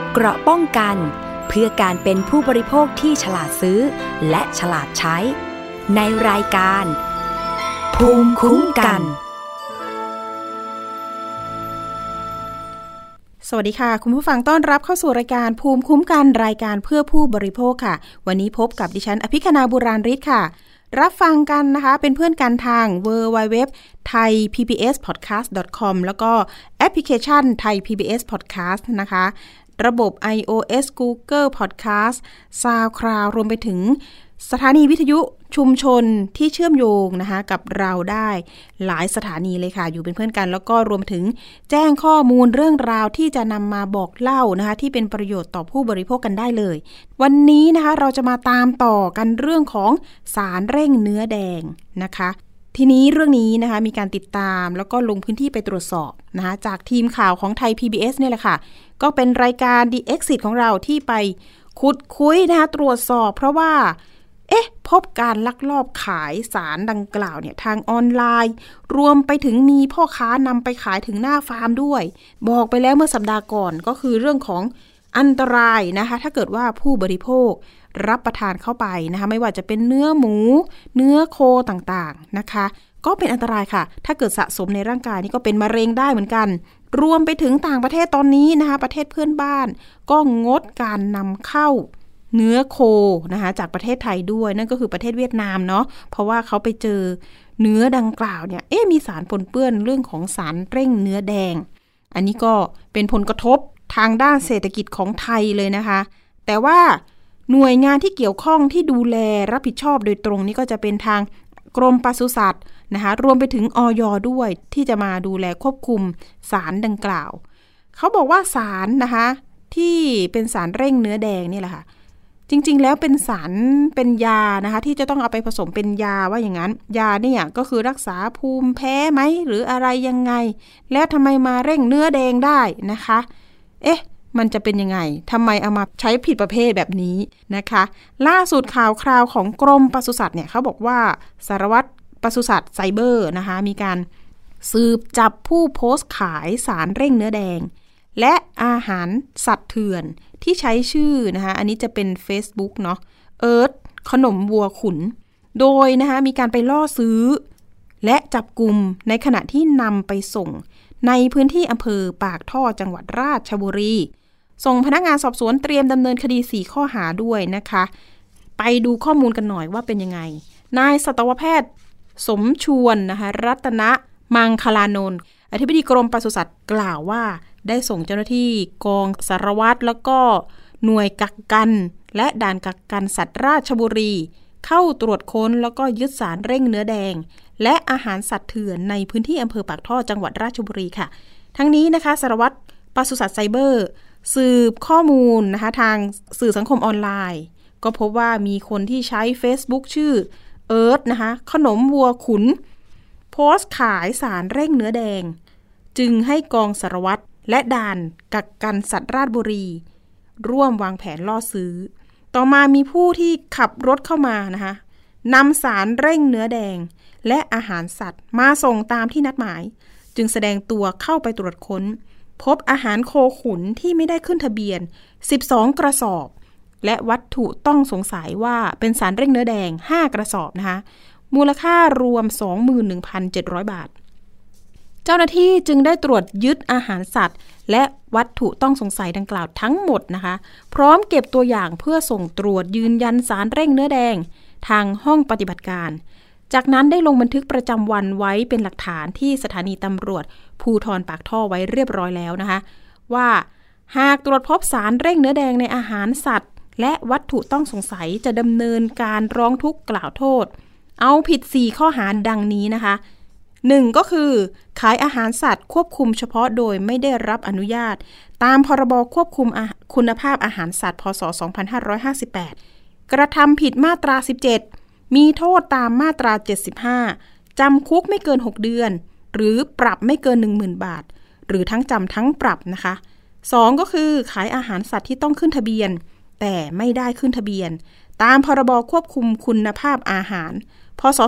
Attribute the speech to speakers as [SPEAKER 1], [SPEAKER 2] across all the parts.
[SPEAKER 1] เกราะป้องกันเพื่อการเป็นผู้บริโภคที่ฉลาดซื้อและฉลาดใช้ในรายการภูมิคุ้มกัน
[SPEAKER 2] สวัสดีค่ะคุณผู้ฟังต้อนรับเข้าสู่รายการภูมิคุ้มกันรายการเพื่อผู้บริโภคค่ะวันนี้พบกับดิฉันอภิคณาบุราริศค่ะรับฟังกันนะคะเป็นเพื่อนกันทาง www.thaipbspodcast.com แล้วก็แอปพลิเคชัน Thai PBS Podcast นะคะระบบ iOS Google Podcast SoundCloud รวมไปถึงสถานีวิทยุชุมชนที่เชื่อมโยงนะคะกับเราได้หลายสถานีเลยค่ะอยู่เป็นเพื่อนกันแล้วก็รวมถึงแจ้งข้อมูลเรื่องราวที่จะนำมาบอกเล่านะคะที่เป็นประโยชน์ต่อผู้บริโภคกันได้เลยวันนี้นะคะเราจะมาตามต่อกันเรื่องของสารเร่งเนื้อแดงนะคะทีนี้เรื่องนี้นะคะมีการติดตามแล้วก็ลงพื้นที่ไปตรวจสอบนะคะจากทีมข่าวของไทย PBS เนี่ยแหละค่ะก็เป็นรายการ The Exit ของเราที่ไปขุดคุยนะคะตรวจสอบเพราะว่าพบการลักลอบขายสารดังกล่าวเนี่ยทางออนไลน์รวมไปถึงมีพ่อค้านำไปขายถึงหน้าฟาร์มด้วยบอกไปแล้วเมื่อสัปดาห์ก่อนก็คือเรื่องของอันตรายนะคะถ้าเกิดว่าผู้บริโภครับประทานเข้าไปนะคะไม่ว่าจะเป็นเนื้อหมูเนื้อโคต่างๆนะคะก็เป็นอันตรายค่ะถ้าเกิดสะสมในร่างกายนี่ก็เป็นมะเร็งได้เหมือนกันรวมไปถึงต่างประเทศตอนนี้นะคะประเทศเพื่อนบ้านก็งดการนำเข้าเนื้อโคนะคะจากประเทศไทยด้วยนั่นก็คือประเทศเวียดนามเนาะเพราะว่าเขาไปเจอเนื้อดังกล่าวเนี่ยมีสารปนเปื้อนเรื่องของสารเร่งเนื้อแดงอันนี้ก็เป็นผลกระทบทางด้านเศรษฐกิจของไทยเลยนะคะแต่ว่าหน่วยงานที่เกี่ยวข้องที่ดูแลรับผิดชอบโดยตรงนี่ก็จะเป็นทางกรมปศุสัตว์นะคะรวมไปถึงอย.ด้วยที่จะมาดูแลควบคุมสารดังกล่าวเขาบอกว่าสารนะคะที่เป็นสารเร่งเนื้อแดงนี่แหละค่ะจริงๆแล้วเป็นสารเป็นยานะคะที่จะต้องเอาไปผสมเป็นยาว่าอย่างนั้นยาเนี่ยก็คือรักษาภูมิแพ้ไหมหรืออะไรยังไงแล้วทำไมมาเร่งเนื้อแดงได้นะคะมันจะเป็นยังไงทำไมเอามาใช้ผิดประเภทแบบนี้นะคะล่าสุดข่าวคราวของกรมปศุสัตว์เนี่ยเขาบอกว่าสารวัตรปศุสัตว์ไซเบอร์นะคะมีการสืบจับผู้โพสต์ขายสารเร่งเนื้อแดงและอาหารสัตว์เถื่อนที่ใช้ชื่อนะคะอันนี้จะเป็น Facebook เนาะขนมวัวขุนโดยนะคะมีการไปล่อซื้อและจับกุมในขณะที่นำไปส่งในพื้นที่อำเภอปากท่อจังหวัดราชบุรีส่งพนักงานสอบสวนเตรียมดำเนินคดี4ข้อหาด้วยนะคะไปดูข้อมูลกันหน่อยว่าเป็นยังไงนายสัตวแพทย์สมชวนนะคะรัตนมังคลานนท์อธิบดีกรมปศุสัตว์กล่าวว่าได้ส่งเจ้าหน้าที่กองสารวัตรแล้วก็หน่วยกักกันและด่านกักกันสัตว์ราชบุรีเข้าตรวจค้นแล้วก็ยึดสารเร่งเนื้อแดงและอาหารสัตว์เถื่อนในพื้นที่อำเภอปากท่อจังหวัดราชบุรีค่ะทั้งนี้นะคะสารวัตรปศุสัตว์ไซเบอร์สืบข้อมูลนะคะทางสื่อสังคมออนไลน์ก็พบว่ามีคนที่ใช้ Facebook ชื่อนะคะขนมวัวขุนโพสต์ขายสารเร่งเนื้อแดงจึงให้กองสารวัตรและด่านกักกันสัตว์ราชบุรีร่วมวางแผนล่อซื้อต่อมามีผู้ที่ขับรถเข้ามานะคะนำสารเร่งเนื้อแดงและอาหารสัตว์มาส่งตามที่นัดหมายจึงแสดงตัวเข้าไปตรวจค้นพบอาหารโคขุนที่ไม่ได้ขึ้นทะเบียน12กระสอบและวัตถุต้องสงสัยว่าเป็นสารเร่งเนื้อแดง5กระสอบนะคะมูลค่ารวม 21,700 บาทเจ้าหน้าที่จึงได้ตรวจยึดอาหารสัตว์และวัตถุต้องสงสัยดังกล่าวทั้งหมดนะคะพร้อมเก็บตัวอย่างเพื่อส่งตรวจยืนยันสารเร่งเนื้อแดงทางห้องปฏิบัติการจากนั้นได้ลงบันทึกประจำวันไว้เป็นหลักฐานที่สถานีตำรวจภูธรปากท่อไว้เรียบร้อยแล้วนะคะว่าหากตรวจพบสารเร่งเนื้อแดงในอาหารสัตว์และวัตถุต้องสงสัยจะดำเนินการร้องทุกข์กล่าวโทษเอาผิด4ข้อหาดังนี้นะคะ1ก็คือขายอาหารสัตว์ควบคุมเฉพาะโดยไม่ได้รับอนุญาตตามพรบควบคุมคุณภาพอาหารสัตว์พ.ศ. 2558กระทำผิดมาตรา17มีโทษตามมาตรา75จำคุกไม่เกิน6เดือนหรือปรับไม่เกิน 10,000 บาทหรือทั้งจำทั้งปรับนะคะ2ก็คือขายอาหารสัตว์ที่ต้องขึ้นทะเบียนแต่ไม่ได้ขึ้นทะเบียนตามพรบควบคุมคุณภาพอาหารพ.ศ.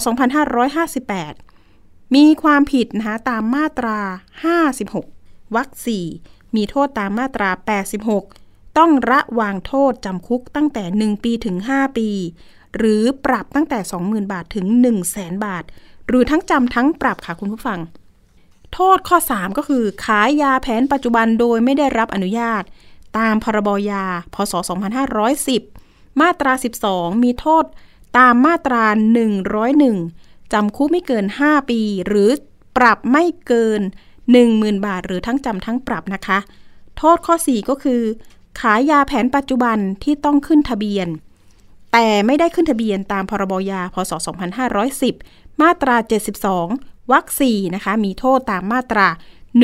[SPEAKER 2] 2558มีความผิดนะคะตามมาตรา56วรรค4มีโทษตามมาตรา86 ต้องระวางโทษจำคุกตั้งแต่1ปีถึง5ปีหรือปรับตั้งแต่ 20,000 บาทถึง 100,000 บาทหรือทั้งจำทั้งปรับค่ะคุณผู้ฟังโทษข้อ3ก็คือขายยาแผนปัจจุบันโดยไม่ได้รับอนุญาตตามพรบยาพ.ศ. 2510มาตรา12มีโทษตามมาตรา101จำคุกไม่เกิน5ปีหรือปรับไม่เกิน 10,000 บาทหรือทั้งจำทั้งปรับนะคะโทษข้อ4ก็คือขายยาแผนปัจจุบันที่ต้องขึ้นทะเบียนแต่ไม่ได้ขึ้นทะเบียนตามพรบยาพ.ศ. 2510มาตรา72วรรค4นะคะมีโทษตามมาตรา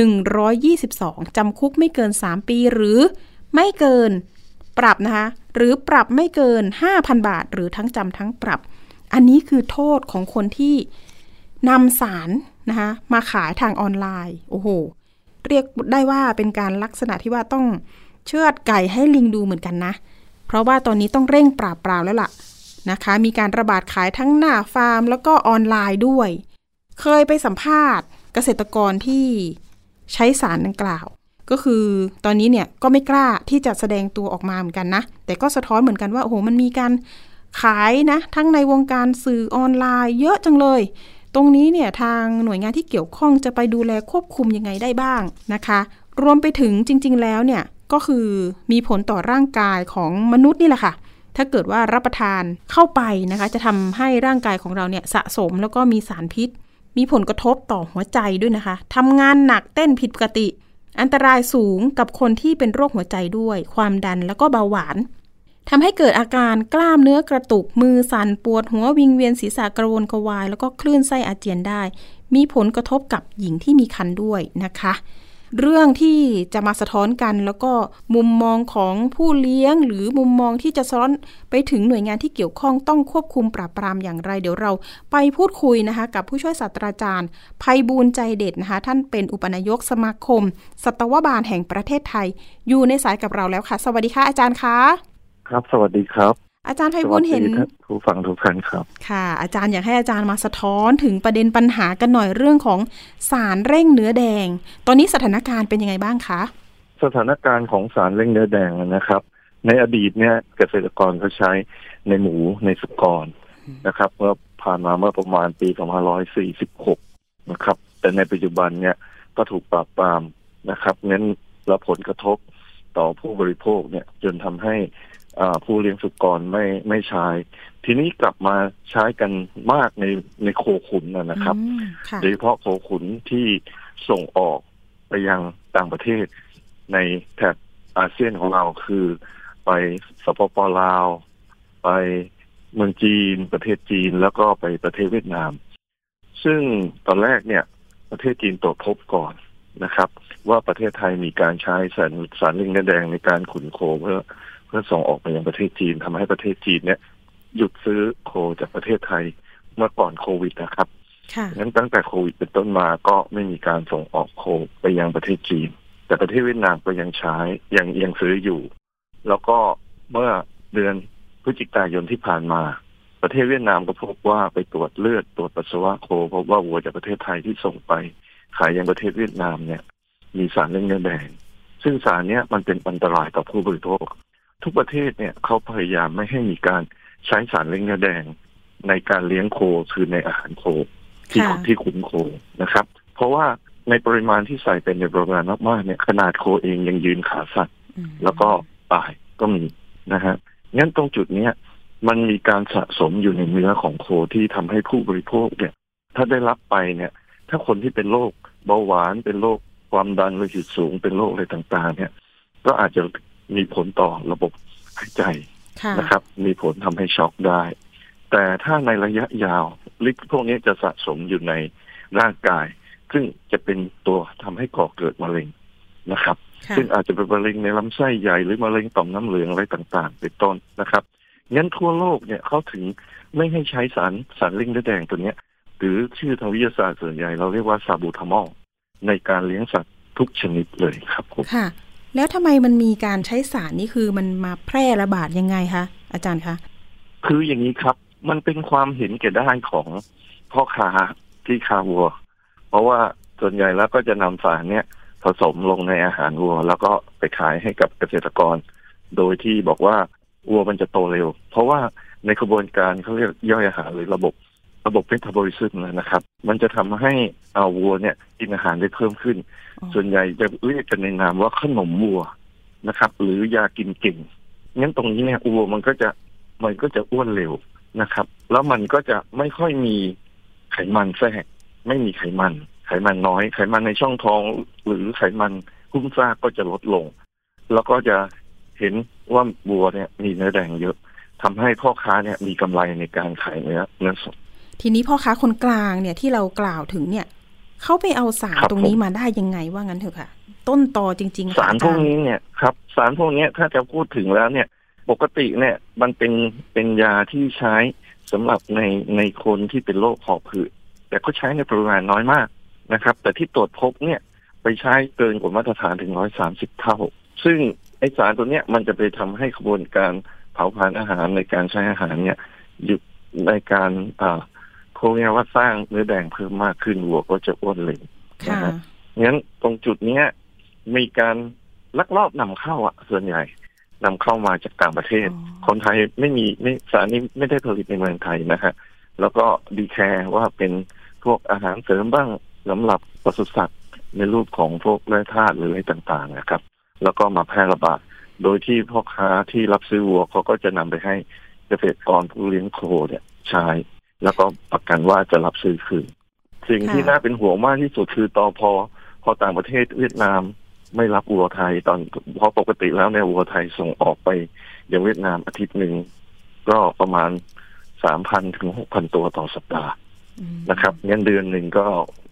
[SPEAKER 2] 122จำคุกไม่เกิน3ปีหรือไม่เกินปรับนะคะหรือปรับไม่เกิน 5,000 บาทหรือทั้งจำทั้งปรับอันนี้คือโทษของคนที่นำสารนะคะมาขายทางออนไลน์โอ้โหเรียกได้ว่าเป็นการลักษณะที่ว่าต้องเชือดไก่ให้ลิงดูเหมือนกันนะเพราะว่าตอนนี้ต้องเร่งปราบปรามแล้วล่ะนะคะมีการระบาดขายทั้งหน้าฟาร์มแล้วก็ออนไลน์ด้วยเคยไปสัมภาษณ์เกษตรกรที่ใช้สารดังกล่าวก็คือตอนนี้เนี่ยก็ไม่กล้าที่จะแสดงตัวออกมาเหมือนกันนะแต่ก็สะท้อนเหมือนกันว่าโอ้โหมันมีการขายนะทั้งในวงการสื่อออนไลน์เยอะจังเลยตรงนี้เนี่ยทางหน่วยงานที่เกี่ยวข้องจะไปดูแลควบคุมยังไงได้บ้างนะคะรวมไปถึงจริงๆแล้วเนี่ยก็คือมีผลต่อร่างกายของมนุษย์นี่แหละค่ะถ้าเกิดว่ารับประทานเข้าไปนะคะจะทำให้ร่างกายของเราเนี่ยสะสมแล้วก็มีสารพิษมีผลกระทบต่อหัวใจด้วยนะคะทำงานหนักเต้นผิดปกติอันตรายสูงกับคนที่เป็นโรคหัวใจด้วยความดันแล้วก็เบาหวานทำให้เกิดอาการกล้ามเนื้อกระตุกมือสั่นปวดหัววิงเวียนศีรษะกระวนกระวายแล้วก็คลื่นไส้อาเจียนได้มีผลกระทบกับหญิงที่มีครรภ์ด้วยนะคะเรื่องที่จะมาสะท้อนกันแล้วก็มุมมองของผู้เลี้ยงหรือมุมมองที่จะสะท้อนไปถึงหน่วยงานที่เกี่ยวข้องต้องควบคุมปราบปรามอย่างไรเดี๋ยวเราไปพูดคุยนะคะกับผู้ช่วยศาสตราจารย์ไพบูลย์ใจเด็ดนะคะท่านเป็นอุปนายกสมาคมสัตวบาลแห่งประเทศไทยอยู่ในสายกับเราแล้วค่ะสวัสดีค่ะอาจารย์คะ
[SPEAKER 3] ครับสวัสดีครับ
[SPEAKER 2] อาจารย์ไพบูลย์เห็น
[SPEAKER 3] ผู้ฟังทุกท่านครับ
[SPEAKER 2] ค่ะอาจารย์อยากให้อาจารย์มาสะท้อนถึงประเด็นปัญหากันหน่อยเรื่องของสารเร่งเนื้อแดงตอนนี้สถานการณ์เป็นยังไงบ้างคะ
[SPEAKER 3] สถานการณ์ของสารเร่งเนื้อแดงนะครับในอดีตเนี่ยเกษตรกรเขาใช้ในหมูในสุกรนะครับเมื่อผ่านมาเมื่อประมาณปี2546นะครับแต่ในปัจจุบันเนี่ยก็ถูกปราบปรามนะครับงั้นรับผลกระทบต่อผู้บริโภคเนี่ยจนทำให้ผู้เลี้ยงสุกรไม่ใช้ทีนี้กลับมาใช้กันมากในโคขุนนะครับโดยเฉพาะโคขุนที่ส่งออกไปยังต่างประเทศในแถบอาเซียนของเราคือไปสปป.ลาวไปเมืองจีนประเทศจีนแล้วก็ไปประเทศเวียดนามซึ่งตอนแรกเนี่ยประเทศจีนตรวจพบก่อนนะครับว่าประเทศไทยมีการใช้สารเร่งเนื้อแดงในการขุนโคเพื่อส่งออกไปยังประเทศจีนทำให้ประเทศจีนเนี่ยหยุดซื้อโคจากประเทศไทยเมื่อก่อนโควิดนะครับงั้นตั้งแต่โควิดเป็นต้นมาก็ไม่มีการส่งออกโคไปยังประเทศจีนแต่ประเทศเวียดนามก็ยังใช้ยังซื้ออยู่แล้วก็เมื่อเดือนพฤศจิกายนที่ผ่านมาประเทศเวียดนามก็พบว่าไปตรวจเลือดตรวจปัสสาวะโคพบว่าวัวจากประเทศไทยที่ส่งไปขายยังประเทศเวียดนามเนี่ยมีสารเร่งเนื้อแดงซึ่งสารเนี้ยมันเป็นอันตรายต่อผู้บริโภคทุกประเทศเนี่ยเขาพยายามไม่ให้มีการใช้สารเร่งเนื้อแดงในการเลี้ยงโคคือในอาหารโคที่ขุนโคนะครับเพราะว่าในปริมาณที่ใส่เป็นในปริมาณมากๆเนี่ยขนาดโคเองยังยืนขาสั่นแล้วก็ตายก็มีนะฮะงั้นตรงจุดนี้มันมีการสะสมอยู่ในเนื้อของโคที่ทำให้ผู้บริโภคเนี่ยถ้าได้รับไปเนี่ยถ้าคนที่เป็นโรคเบาหวานเป็นโรคความดันโลหิตสูงเป็นโรคอะไรต่างๆเนี่ยก็อาจจะมีผลต่อระบบหายใจนะครับมีผลทำให้ช็อกได้แต่ถ้าในระยะยาวฤทธิ์พวกนี้จะสะสมอยู่ในร่างกายซึ่งจะเป็นตัวทำให้ก่อเกิดมะเร็งนะครับซึ่งอาจจะเป็นมะเร็งในลำไส้ใหญ่หรือมะเร็งต่อมน้ำเหลืองอะไรต่างๆเป็นต้นนะครับงั้นทั่วโลกเนี่ยเขาถึงไม่ให้ใช้สารเร่งเนื้อแดงตัวนี้หรือชื่อทางวิทยาศาสตร์ส่วนใหญ่เราเรียกว่าซาบูทามอลในการเลี้ยงสัตว์ทุกชนิดเลยครับผม
[SPEAKER 2] ค่ะแล้วทำไมมันมีการใช้สารนี่คือมันมาแพร่ระบาดยังไงคะอาจารย์คะ
[SPEAKER 3] คืออย่างนี้ครับมันเป็นความเห็นแก่ได้ของพ่อค้าที่ค้าวัวเพราะว่าส่วนใหญ่แล้วก็จะนำสารเนี้ยผสมลงในอาหารวัวแล้วก็ไปขายให้กับเกษตรกรโดยที่บอกว่าวัวมันจะโตเร็วเพราะว่าในกระบวนการเขาเรียกย่อยอาหารหรือระบบเมตาบอลิซึมนะครับมันจะทำให้วัวเนี่ยกินอาหารได้เพิ่มขึ้นส่วนใหญ่จะเรียกกันในนามว่าขนมวัวนะครับหรือยากินเก่งงั้นตรงนี้เนี่ยวัวมันก็จะอ้วนเร็วนะครับแล้วมันก็จะไม่ค่อยมีไขมันแทรกไม่มีไขมันน้อยไขมันในช่องท้องหรือไขมันหุ้มซากก็จะลดลงแล้วก็จะเห็นว่าวัวเนี่ยมีเนื้อแดงเยอะทำให้พ่อค้าเนี่ยมีกำไรในการขายเนื้อสด
[SPEAKER 2] ทีนี้พ่อค้าคนกลางเนี่ยที่เรากล่าวถึงเนี่ยเขาไปเอาสารตรงนี้มาได้ยังไงว่างั้นเถอะค่ะต้นตอจริงๆ
[SPEAKER 3] สารพวกนี้เนี่ยครับสารพวกนี้ถ้าจะพูดถึงแล้วเนี่ยปกติเนี่ยมันเป็นยาที่ใช้สำหรับในคนที่เป็นโรคหอบหืดแต่ก็ใช้ในปริมาณน้อยมากนะครับแต่ที่ตรวจพบเนี่ยไปใช้เกินกว่ามาตรฐานถึง130 เท่าซึ่งไอสารตัวเนี้ยมันจะไปทำให้กระบวนการเผาผลาญอาหารในการใช้อาหารเนี่ยหยุดในการโครงว่าสร้างเนื้อแดงเพิ่มมากขึ้นวัวก็จะอ้วนเร็วนะฮะงั้นตรงจุดนี้มีการลักลอบนำเข้าส่วนใหญ่นำเข้ามาจากต่างประเทศคนไทยไม่สารนี้ไม่ได้ผลิตในเมืองไทยนะฮะแล้วก็ดีแคร์ว่าเป็นพวกอาหารเสริมบ้างสำหรับปศุสัตว์ในรูปของพวกแร่ธาตุหรืออะไรต่างๆนะครับแล้วก็มาแพร่ระบาดโดยที่พ่อค้าที่รับซื้อวัวเขาก็จะนำไปให้เกษตรกรผู้เลี้ยงโคเนี่ยใช้แล้วก็ประกันว่าจะรับซื้อคืนสิ่งที่น่าเป็นห่วงมากที่สุดคือพอต่างประเทศเวียดนามไม่รับวัวไทยเพราะปกติแล้วเนี่ยวัวไทยส่งออกไปยังเวียดนามอาทิตย์หนึ่งก็ประมาณ 3,000 ถึง 6,000 ตัวต่อสัปดาห์นะครับเงินเดือนหนึ่งก็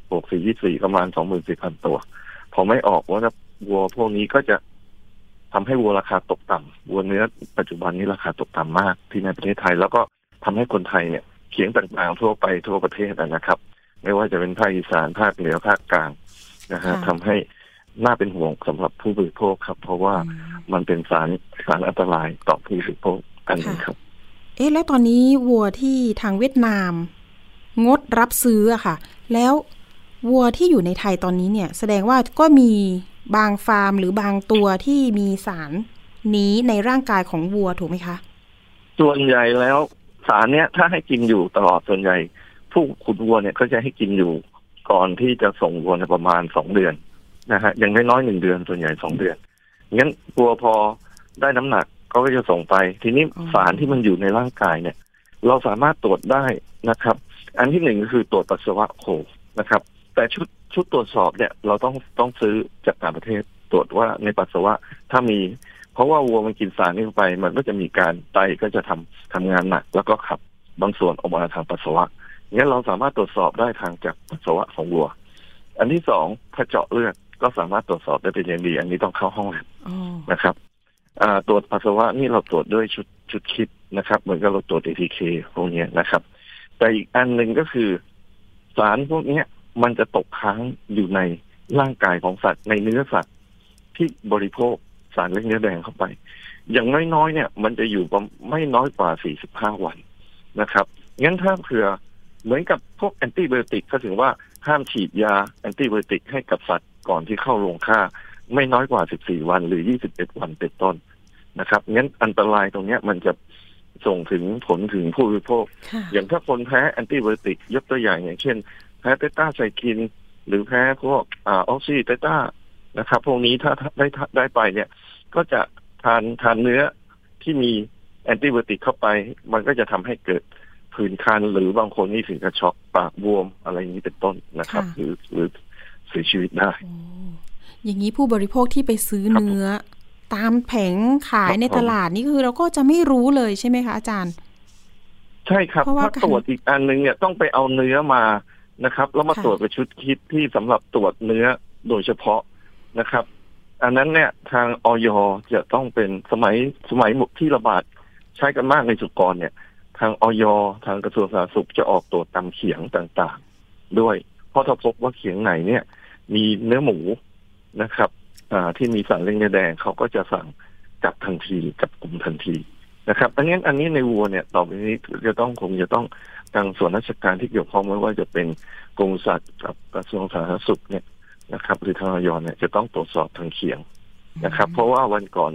[SPEAKER 3] 64ประมาณ 24,000 ตัวพอไม่ออกว่าวัวพวกนี้ก็จะทำให้วัวราคาตกต่ำวัวเนื้อปัจจุบันนี้ราคาตกต่ำมากที่ในประเทศไทยแล้วก็ทำให้คนไทยเนี่ยเขียงต่างๆทั่วไปทั่วประเทศนะครับไม่ว่าจะเป็นภาคอีสานภาคเหนือภาคกลางนะฮะทำให้น่าเป็นห่วงสำหรับผู้บริโภคครับเพราะว่ามันเป็นสารอันตรายต่อผู้บริโภคกันครับ
[SPEAKER 2] แล้วตอนนี้วัวที่ทางเวียดนามงดรับซื้ออะค่ะแล้ววัวที่อยู่ในไทยตอนนี้เนี่ยแสดงว่าก็มีบางฟาร์มหรือบางตัวที่มีสารนี้ในร่างกายของวัวถูกไหมคะ
[SPEAKER 3] ส่วนใหญ่แล้วสารเนี้ยถ้าให้กินอยู่ตลอดส่วนใหญ่ผู้ขุนวัวเนี่ยก็จะให้กินอยู่ก่อนที่จะส่งวัวในประมาณ2 เดือนนะฮะอย่างน้อยๆ1 เดือนส่วนใหญ่2 เดือนงั้นวัวพอได้น้ำหนักก็จะส่งไปทีนี้สารที่มันอยู่ในร่างกายเนี่ยเราสามารถตรวจได้นะครับอันที่1ก็คือตรวจปัสสาวะโคนะครับแต่ชุดตรวจสอบเนี่ยเราต้องซื้อจากต่างประเทศตรวจว่าในปัสสาวะถ้ามีเพราะว่าวัวมันกินสารนี้เข้าไปมันก็จะมีการไตก็จะทำงานหนักแล้วก็ขับบางส่วนออกมาทางปัสสาวะงั้นเราสามารถตรวจสอบได้ทางจากปัสสาวะของวัวอันที่2ถ้าเจาะเลือดก็สามารถตรวจสอบได้เป็นอย่างดีอันนี้ต้องเข้าห้องแลบนะครับตรวจปัสสาวะนี่เราตรวจด้วยชุดคิดนะครับเหมือนกับเราตรวจ ATK พวกนี้นะครับแต่อีกอันหนึ่งก็คือสารพวกนี้มันจะตกค้างอยู่ในร่างกายของสัตว์ในเนื้อสัตว์ที่บริโภคสารเล็กเนื้อแดงเข้าไปอย่างน้อยๆเนี่ยมันจะอยู่ไม่น้อยกว่า45 วันนะครับงั้นถ้าเผื่อเหมือนกับพวกแอนติไบโอติกก็ถึงว่าห้ามฉีดยาแอนติไบโอติกให้กับสัตว์ก่อนที่เข้าโรงฆ่าไม่น้อยกว่า14 วันหรือ21 วันเป็นต้นนะครับงั้นอันตรายตรงนี้มันจะส่งถึงผลถึงผู้บริโภคอย่างถ้าคนแพ้แอนติไบโอติกยกตัวอย่างเช่นแพ้เบต้าไซคินหรือแพ้พวกออกซิเบต้านะครับพวกนี้ถ้าได้ไปเนี่ยก็จะทานเนื้อที่มีแอนติไบโอติกเข้าไปมันก็จะทำให้เกิดผื่นคันหรือบางคนนี่ถึงกับช็อกปากบวมอะไรอย่างนี้เป็นต้นนะครับหรือเสียชีวิตได้
[SPEAKER 2] อย่างนี้ผู้บริโภคที่ไปซื้อเนื้อตามแผงขายในตลาดนี่คือเราก็จะไม่รู้เลยใช่ไหมคะอาจารย์
[SPEAKER 3] ใช่ครับถ้าตรวจอีกอันนึงเนี่ยต้องไปเอาเนื้อมานะครับแล้วมาตรวจเป็นชุดคิดที่สำหรับตรวจเนื้อโดยเฉพาะนะครับอันนั้นเนี่ยทางอย.จะต้องเป็นสมัยที่ระบาดใช้กันมากในสุกรเนี่ยทางอย.ทางกระทรวงสาธารณสุขจะออกตรวจตามเขียงต่างๆด้วยเพราะถ้าพบว่าเขียงไหนเนี่ยมีเนื้อหมูนะครับที่มีสารเล็กเนื้อแดงเขาก็จะสั่งจับทันทีจับกลุ่มทันทีนะครับอันนี้ในวัวเนี่ยต่อไปนี้คงจะต้องทางส่วนราชการที่เกี่ยวข้องไม่ว่าจะเป็นกรมสัตว์กับกระทรวงสาธารณสุขเนี่ยนะครับหรือทางอย.เนี่ยจะต้องตรวจสอบทางเขียงนะครับเพราะว่าวันก่อนเนี่ย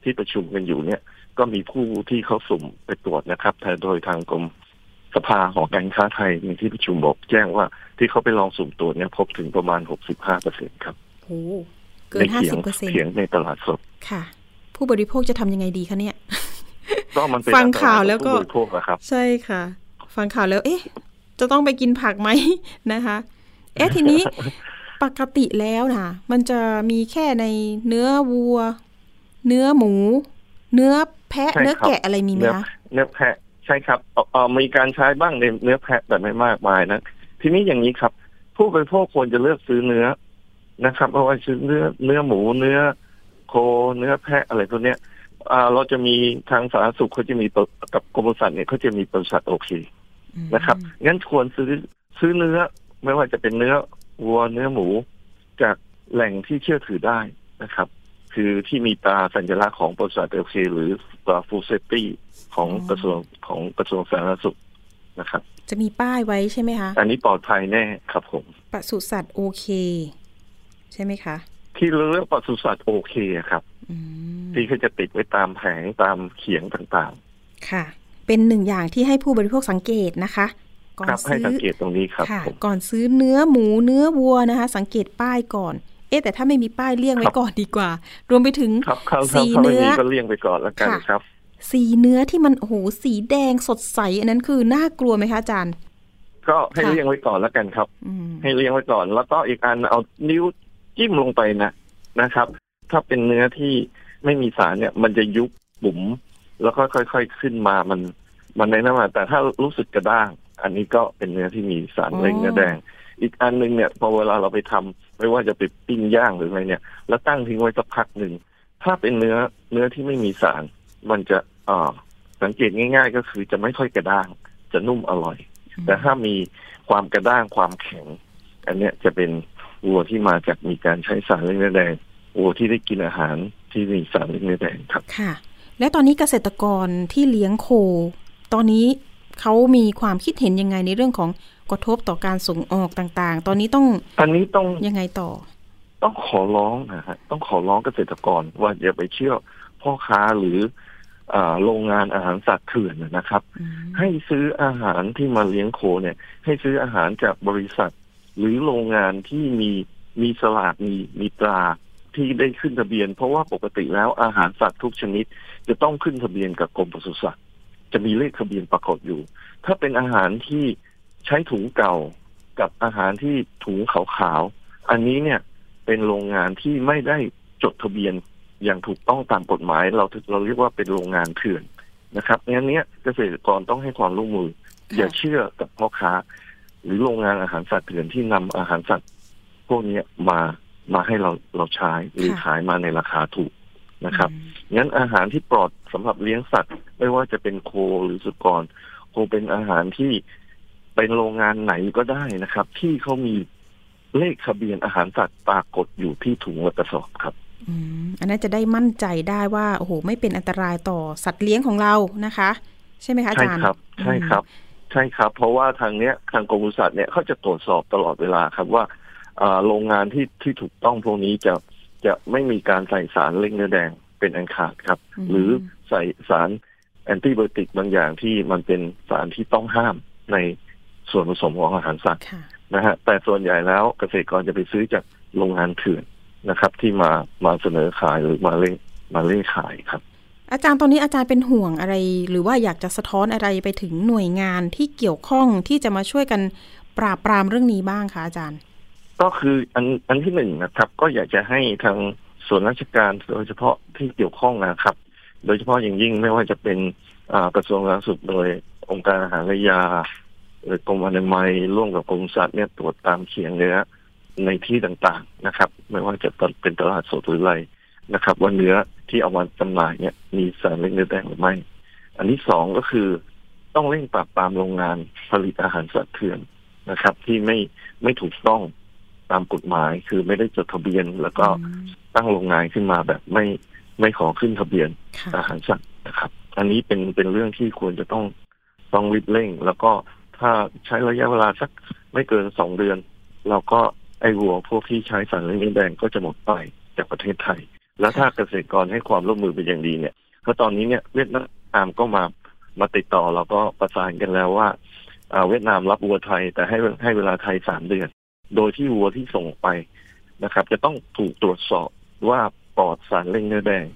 [SPEAKER 3] ที่ประชุมกันอยู่เนี่ยก็มีผู้ที่เขาสุ่มไปตรวจนะครับโดยทางกรมสภาหอการค้าไทยในที่ประชุมบอกแจ้งว่าที่เขาไปลองสุ่มตรวจเนี่ยพบถึงประมาณ 65% ครับ
[SPEAKER 2] โอ้เกิน 50%
[SPEAKER 3] เขียงในตลาดสด
[SPEAKER 2] ค่ะผู้บริโภคจะทำยังไงดีคะเนี่ย
[SPEAKER 3] ก็มันเป็น
[SPEAKER 2] ฟังข่าวแล้วก็
[SPEAKER 3] ผู้บริโภคครับ
[SPEAKER 2] ใช่ค่ะฟังข่าวแล้วจะต้องไปกินผักไหมนะคะทีนี้ปกติแล้วนะมันจะมีแค่ในเนื้อวัวเนื้อหมูเนื้อแพะเนื้อแกะอะไรมีไหมคะ
[SPEAKER 3] เนื้อแพะใช่ครับมีการใช้บ้างในเนื้อแพะแต่ไม่มากมายนะทีนี้อย่างนี้ครับผู้บริโภคควรจะเลือกซื้อเนื้อนะครับเพราะว่าซื้อเนื้อหมูเนื้อโคเนื้อแพะอะไรพวกเนี้ยเราจะมีทางสาธารณสุขเขาจะมีกับกรมปศุสัตว์เนี่ยเขาจะมีปศุสัตว์โอเคนะครับงั้นควรซื้อเนื้อไม่ว่าจะเป็นเนื้อวัวเนื้อหมูจากแหล่งที่เชื่อถือได้นะครับคือที่มีตราสัญลักษณ์ของบริษัทโอเคหรือตราฟู้ดเซฟตี้ของกระทรวงสาธารณสุขนะครับ
[SPEAKER 2] จะมีป้ายไว้ใช่ไหมคะ
[SPEAKER 3] อันนี้ปลอดภัยแน่ครับผม
[SPEAKER 2] ปศุสัตว์โอเคใช่ไหมคะ
[SPEAKER 3] ที่เรียกปศุสัตว์โอเคครับที่เขาจะติดไว้ตามแผงตามเขียงต่าง
[SPEAKER 2] ๆค่ะเป็นหนึ่งอย่างที่ให้ผู้บริโภคสังเกตนะคะ
[SPEAKER 3] ก่อนซื้อให้สังเกตตรงนี้ครับ
[SPEAKER 2] ก่อนซื้อเนื้อหมูเนื้อวัวนะคะสังเกตป้ายก่อนแต่ถ้าไม่มีป้ายเลี่ยงไว้ก่อนดีกว่ารวมไปถึงสีเนื้อ
[SPEAKER 3] ก็เลี่ยงไปก่อนแล้วกันครับ
[SPEAKER 2] สีเนื้อที่มันสีแดงสดใสอันนั้นคือน่ากลัวไหมคะอาจารย์
[SPEAKER 3] ก็ให้เลี่ยงไว้ก่อนแล้วกันครับให้เลี่ยงไว้ก่อนแล้วก็อีกอันเอานิ้วจิ้มลงไปนะครับถ้าเป็นเนื้อที่ไม่มีสารเนี่ยมันจะยุบบุ๋มแล้วก็ค่อยๆขึ้นมามันในน้ำมันแต่ถ้ารู้สึกกระด้างอันนี้ก็เป็นเนื้อที่มีสารเร่งเนื้อแดงอีกอันนึงเนี่ยพอเวลาเราไปทำไม่ว่าจะไปปิ้งย่างหรืออะไรเนี่ยแล้วตั้งทิ้งไว้สักพักหนึ่งถ้าเป็นเนื้อที่ไม่มีสารมันจะสังเกตง่ายๆก็คือจะไม่ค่อยกระด้างจะนุ่มอร่อยแต่ถ้ามีความกระด้างความแข็งอันเนี้ยจะเป็นวัวที่มาจากมีการใช้สารเร่งเนื้อแดงวัวที่ได้กินอาหารที่มีสารเร่งเนื้อแดงครับ
[SPEAKER 2] ค่ะและตอนนี้เกษตรกรที่เลี้ยงโคตอนนี้เขามีความคิดเห็นยังไงในเรื่องของกระทบต่อการส่งออกต่างๆตอนนี้ต้องยังไงต่อ
[SPEAKER 3] ต้องขอร้องนะฮะต้องขอร้องเกษตรกรว่าอย่าไปเชื่อพ่อค้าหรือโรงงานอาหารสัตว์เถื่อนนะครับให้ซื้ออาหารที่มาเลี้ยงโคเนี่ยให้ซื้ออาหารจากบริษัทหรือโรงงานที่มีสลากมีตราที่ได้ขึ้นทะเบียนเพราะว่าปกติแล้วอาหารสัตว์ทุกชนิดจะต้องขึ้นทะเบียนกับกรมปศุสัตว์จะมีเลขทะเบียนปรากฏอยู่ถ้าเป็นอาหารที่ใช้ถุงเก่ากับอาหารที่ถุงขาวๆอันนี้เนี่ยเป็นโรงงานที่ไม่ได้จดทะเบียนอย่างถูกต้องตามกฎหมายเราเรียกว่าเป็นโรงงานเถื่อนนะครับงั้นเนี้ยเกษตรกรต้องให้ความร่วมมืออย่าเชื่อกับพ่อค้าหรือโรงงานอาหารสัตว์เถื่อนที่นำอาหารสัตว์พวกนี้มาให้เราใช้หรือขายมาในราคาถูกนะครับงั้นอาหารที่ปลอดสำหรับเลี้ยงสัตว์ไม่ว่าจะเป็นโคหรือสุกรคงเป็นอาหารที่เป็นโรงงานไหนก็ได้นะครับที่เขามีเลขทะเบียนอาหารสัตว์ปรากฏอยู่ที่ถุงและกระสอบครับ
[SPEAKER 2] อันนั้นจะได้มั่นใจได้ว่าโอ้โหไม่เป็นอันตรายต่อสัตว์เลี้ยงของเรานะคะใช่ไหมคะอาจารย์
[SPEAKER 3] ใช่ครับเพราะว่าทางกรมปศุสัตว์เนี่ยเขาจะตรวจสอบตลอดเวลาครับว่าโรงงานที่ถูกต้องพวกนี้จะไม่มีการใส่สารเร่งเนื้อแดงเป็นอันขาดครับหรือใส่สารแอนติไบโอติกบางอย่างที่มันเป็นสารที่ต้องห้ามในส่วนผสมของอาหารสัตว์นะฮะแต่ส่วนใหญ่แล้วเกษตรกรจะไปซื้อจากโรงงานเถื่อนนะครับที่มาเสนอขายหรือมาเล่ขายครับ
[SPEAKER 2] อาจารย์ตอนนี้อาจารย์เป็นห่วงอะไรหรือว่าอยากจะสะท้อนอะไรไปถึงหน่วยงานที่เกี่ยวข้องที่จะมาช่วยกันปราบปรามเรื่องนี้บ้างคะอาจารย์
[SPEAKER 3] ก็คืออันที่หนึ่งนะครับก็อยากจะให้ทางส่วนราชการโดยเฉพาะที่เกี่ยวข้องนะครับโดยเฉพาะอย่างยิ่งไม่ว่าจะเป็นกระทรวงสาธารณสุขโดยองค์การอาหารและยาหรือกรมอนามัยร่วมกับกรมสัตว์เนี่ยตรวจตามเขียงเนื้อในที่ต่างๆนะครับไม่ว่าจะเป็นตลาดสดหรืออะไรนะครับว่าเนื้อที่เอามาจำหน่ายเนี่ยมีสารเร่งเนื้อแดงหรือไม่อันที่สองก็คือต้องเร่งปราบปรามโรงงานผลิตอาหารสัตว์เถื่อนนะครับที่ไม่ถูกต้องตามกฎหมายคือไม่ได้จดทะเบียนแล้วก็ตั้งโรงงานขึ้นมาแบบไม่ขอขึ้นทะเบียนอาหารสัตว์นะครับอันนี้เป็นเรื่องที่ควรจะต้องรีบเร่งแล้วก็ถ้าใช้ระยะเวลาสักไม่เกิน2 เดือนเราก็ไอ้วัวพวกที่ใช้สารเร่งเนื้อแดงก็จะหมดไปจากประเทศไทยแล้วถ้าเกษตรกรให้ความร่วมมือเป็นอย่างดีเนี่ยเพราะตอนนี้เนี่ยเวียดนามก็มาติดต่อเราก็ประสานกันแล้วว่าเวียดนามรับวัวไทยแต่ให้เวลาไทย3 เดือนโดยที่วัวที่ส่งไปนะครับจะต้องถูกตรวจสอบว่าปลอดสารเร่งเนื้อแดง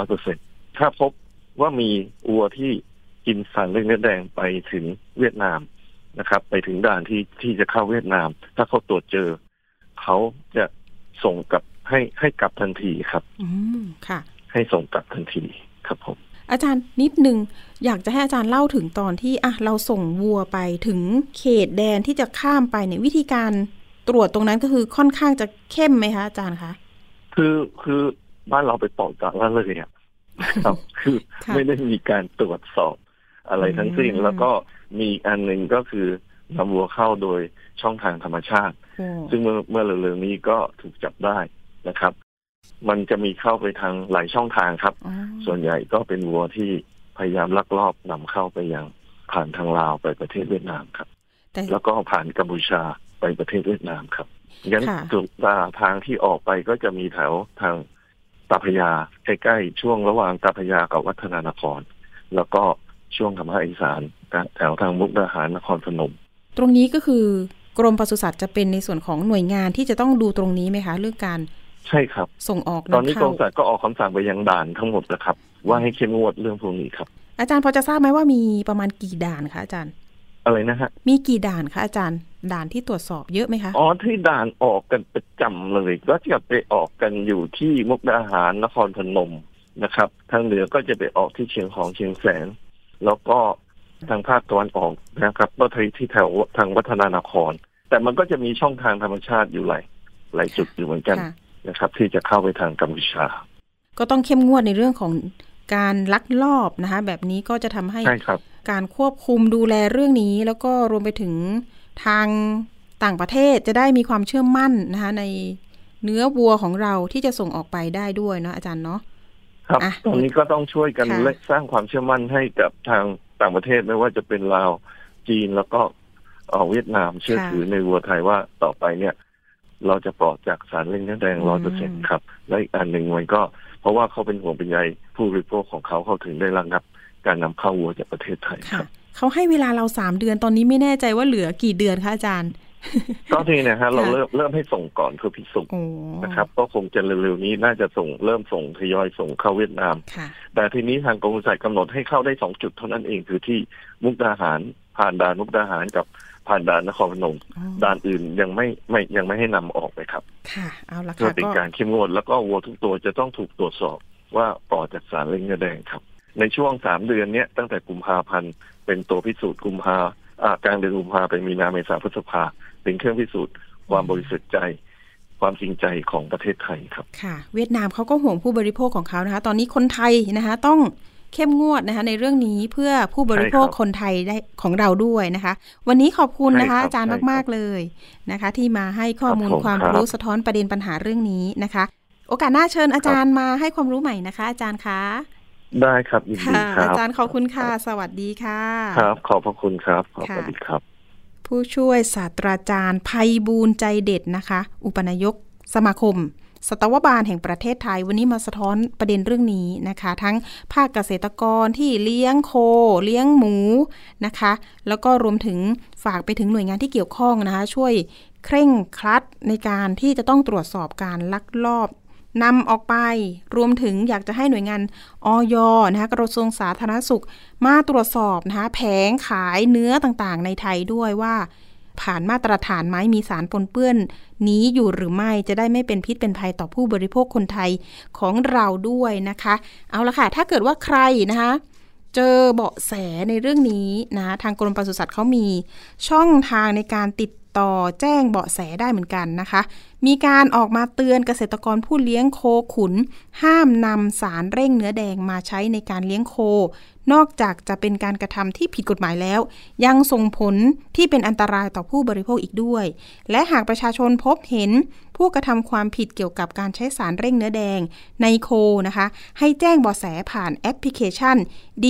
[SPEAKER 3] 100% ถ้าพบว่ามีวัวที่กินสารเร่งเนื้อแดงไปถึงเวียดนามนะครับไปถึงด่านที่จะเข้าเวียดนามถ้าเขาตรวจเจอเขาจะส่งกลับให้กลับทันทีครับ
[SPEAKER 2] ค่ะ
[SPEAKER 3] ให้ส่งกลับทันทีครับผม
[SPEAKER 2] อาจารย์นิดนึงอยากจะให้อาจารย์เล่าถึงตอนที่เราส่งวัวไปถึงเขตแดนที่จะข้ามไปเนี่ยวิธีการตรวจตรงนั้นก็คือค่อนข้างจะเข้มไหมคะอาจารย์คะ
[SPEAKER 3] คือบ้านเราไปปล่อยกลางแล้วเลยอ่ะครับคือไม่ได้มีการตรวจสอบอะไรทั้งสิ้นแล้วก็มีอันหนึ่งก็คือนำวัวเข้าโดยช่องทางธรรมชาติซึ่งเมื่อเร็วๆนี้ก็ถูกจับได้นะครับมันจะมีเข้าไปทางหลายช่องทางครับส่วนใหญ่ก็เป็นวัวที่พยายามลักลอบนำเข้าไปยังผ่านทางลาวไปประเทศเวียดนามครับแล้วก็ผ่านกัมพูชาไปประเทศเวียดนามครับงั้นทางที่ออกไปก็จะมีแถวทางตาพระยาใกล้ๆช่วงระหว่างตาพระยากับวัฒนานครแล้วก็ช่วงทางภาคอีสานแถวทางมุกดาหารนครพนม
[SPEAKER 2] ตรงนี้ก็คือกรมปศุสัตว์จะเป็นในส่วนของหน่วยงานที่จะต้องดูตรงนี้ไหมคะเรื่องการ
[SPEAKER 3] ใช่ครับ
[SPEAKER 2] ส่งออก
[SPEAKER 3] ตอนนี้กรมปศุสัตว์ก็ออกคำสั่งไปยังด่านทั้งหมดแล้วครับว่าให้เข้มงวดเรื่องพวกนี้ครับ
[SPEAKER 2] อาจารย์พอจะทราบไหมว่ามีประมาณกี่ด่านคะอาจารย์
[SPEAKER 3] อะไรนะฮะ
[SPEAKER 2] มีกี่ด่านคะอาจารย์ด่านที่ตรวจสอบเยอะไหมคะ
[SPEAKER 3] ที่ด่านออกกันประจำเลยก็จะไปออกกันอยู่ที่มุกดาหารนครพนมนะครับทางเหนือก็จะไปออกที่เชียงของเชียงแสนแล้วก็ทางภาคตะวันออกนะครับก็ที่แถวทางวัฒนานครแต่มันก็จะมีช่องทางธรรมชาติอยู่หลายจุดอยู่เหมือนกันนะครับที่จะเข้าไปทางกัมพูชา
[SPEAKER 2] ก็ต้องเข้มงวดในเรื่องของการลักลอบนะคะแบบนี้ก็จะทำให้การควบคุมดูแลเรื่องนี้แล้วก็รวมไปถึงทางต่างประเทศจะได้มีความเชื่อมั่นนะคะในเนื้อวัวของเราที่จะส่งออกไปได้ด้วยเนาะอาจารย์เนาะ
[SPEAKER 3] ครับตรงนี้ก็ต้องช่วยกันและสร้างความเชื่อมั่นให้กับทางต่างประเทศไม่ว่าจะเป็นลาวจีนแล้วก็เวียดนามเชื่อถือในวัวไทยว่าต่อไปเนี่ยเราจะปลอดจากสารเร่งเนื้อแดง 100% ครับและอีกอันหนึ่งมันก็เพราะว่าเขาเป็นห่วงเป็นใยผู้บริโภคของเขาถึงได้ระงับการนำเข้าวัวจากประเทศไทยครับ
[SPEAKER 2] เขาให้เวลาเรา3 เดือนตอนนี้ไม่แน่ใจว่าเหลือกี่เดือนคะอาจารย์
[SPEAKER 3] ก็ทีนะฮะเราเริ่มให้ส่งก่อนคือพิสูจน์นะครับก็คงจะเร็วๆนี้น่าจะเริ่มส่งทยอยส่งเข้าเวียดนามแต่ทีนี้ทางกรมปศุสัตว์กำหนดให้เข้าได้2 จุดเท่านั้นเองคือที่มุกดาหารผ่านด่านมุกดาหารกับผ่านด่านนครพนมด่านอื่นยังไม่ให้นำออกไปครับ
[SPEAKER 2] ค่ะเอาละค่ะ
[SPEAKER 3] เพื่อเป็นการเข้มงวดแล้วก็วัวทุกตัวจะต้องถูกตรวจสอบว่าปลอดจากสารเร่งเนื้อแดงครับในช่วง3 เดือนนี้ตั้งแต่กุมภาพันธ์เป็นตัวพิสูจน์กลางเดือนกุมภาเป็นมีนาเมษาพฤษภาเป็นเครื่องพิสูจน์ความบริสุทธิ์ใจความจริงใจของประเทศไทยครับ
[SPEAKER 2] ค่ะเวียดนามเขาก็ห่วงผู้บริโภคของเขานะคะตอนนี้คนไทยนะคะต้องเข้มงวดนะคะในเรื่องนี้เพื่อผู้บริโภคคนไทยได้ของเราด้วยนะคะวันนี้ขอบคุณนะคะอาจารย์มากๆเลยนะคะที่มาให้ข้อมูลความรู้สะท้อนประเด็นปัญหาเรื่องนี้นะคะโอกาสหน้าเชิญอาจารย์มาให้ความรู้ใหม่นะคะอาจารย์คะ
[SPEAKER 3] ได้ครับยินดีครับ
[SPEAKER 2] อาจารย์ขอบคุณค่ะสวัสดีค่ะ
[SPEAKER 3] ครับขอบพระคุณครับขอบคุณครับ
[SPEAKER 2] ผู้ช่วยศาสตราจารย์ไพบูลย์ใจเด็ดนะคะอุปนายกสมาคมสัตวบาลแห่งประเทศไทยวันนี้มาสะท้อนประเด็นเรื่องนี้นะคะทั้งภาคเกษตรกรที่เลี้ยงโคเลี้ยงหมูนะคะแล้วก็รวมถึงฝากไปถึงหน่วยงานที่เกี่ยวข้องนะคะช่วยเคร่งครัดในการที่จะต้องตรวจสอบการลักลอบนำออกไปรวมถึงอยากจะให้หน่วยงานอย.นะคะกระทรวงสาธารณสุขมาตรวจสอบนะคะแผงขายเนื้อต่างๆในไทยด้วยว่าผ่านมาตรฐานไหมมีสารปนเปื้อนนี้อยู่หรือไม่จะได้ไม่เป็นพิษเป็นภัยต่อผู้บริโภคคนไทยของเราด้วยนะคะเอาละค่ะถ้าเกิดว่าใครนะคะเจอเบาะแสในเรื่องนี้นะทางกรมปศุสัตว์เขามีช่องทางในการติดต่อแจ้งเบาะแสได้เหมือนกันนะคะมีการออกมาเตือนเกษตรกรผู้เลี้ยงโคขุนห้ามนำสารเร่งเนื้อแดงมาใช้ในการเลี้ยงโคนอกจากจะเป็นการกระทำที่ผิดกฎหมายแล้วยังส่งผลที่เป็นอันตรายต่อผู้บริโภคอีกด้วยและหากประชาชนพบเห็นผู้กระทำความผิดเกี่ยวกับการใช้สารเร่งเนื้อแดงในโคนะคะให้แจ้งเบาะแสผ่านแอปพลิเคชัน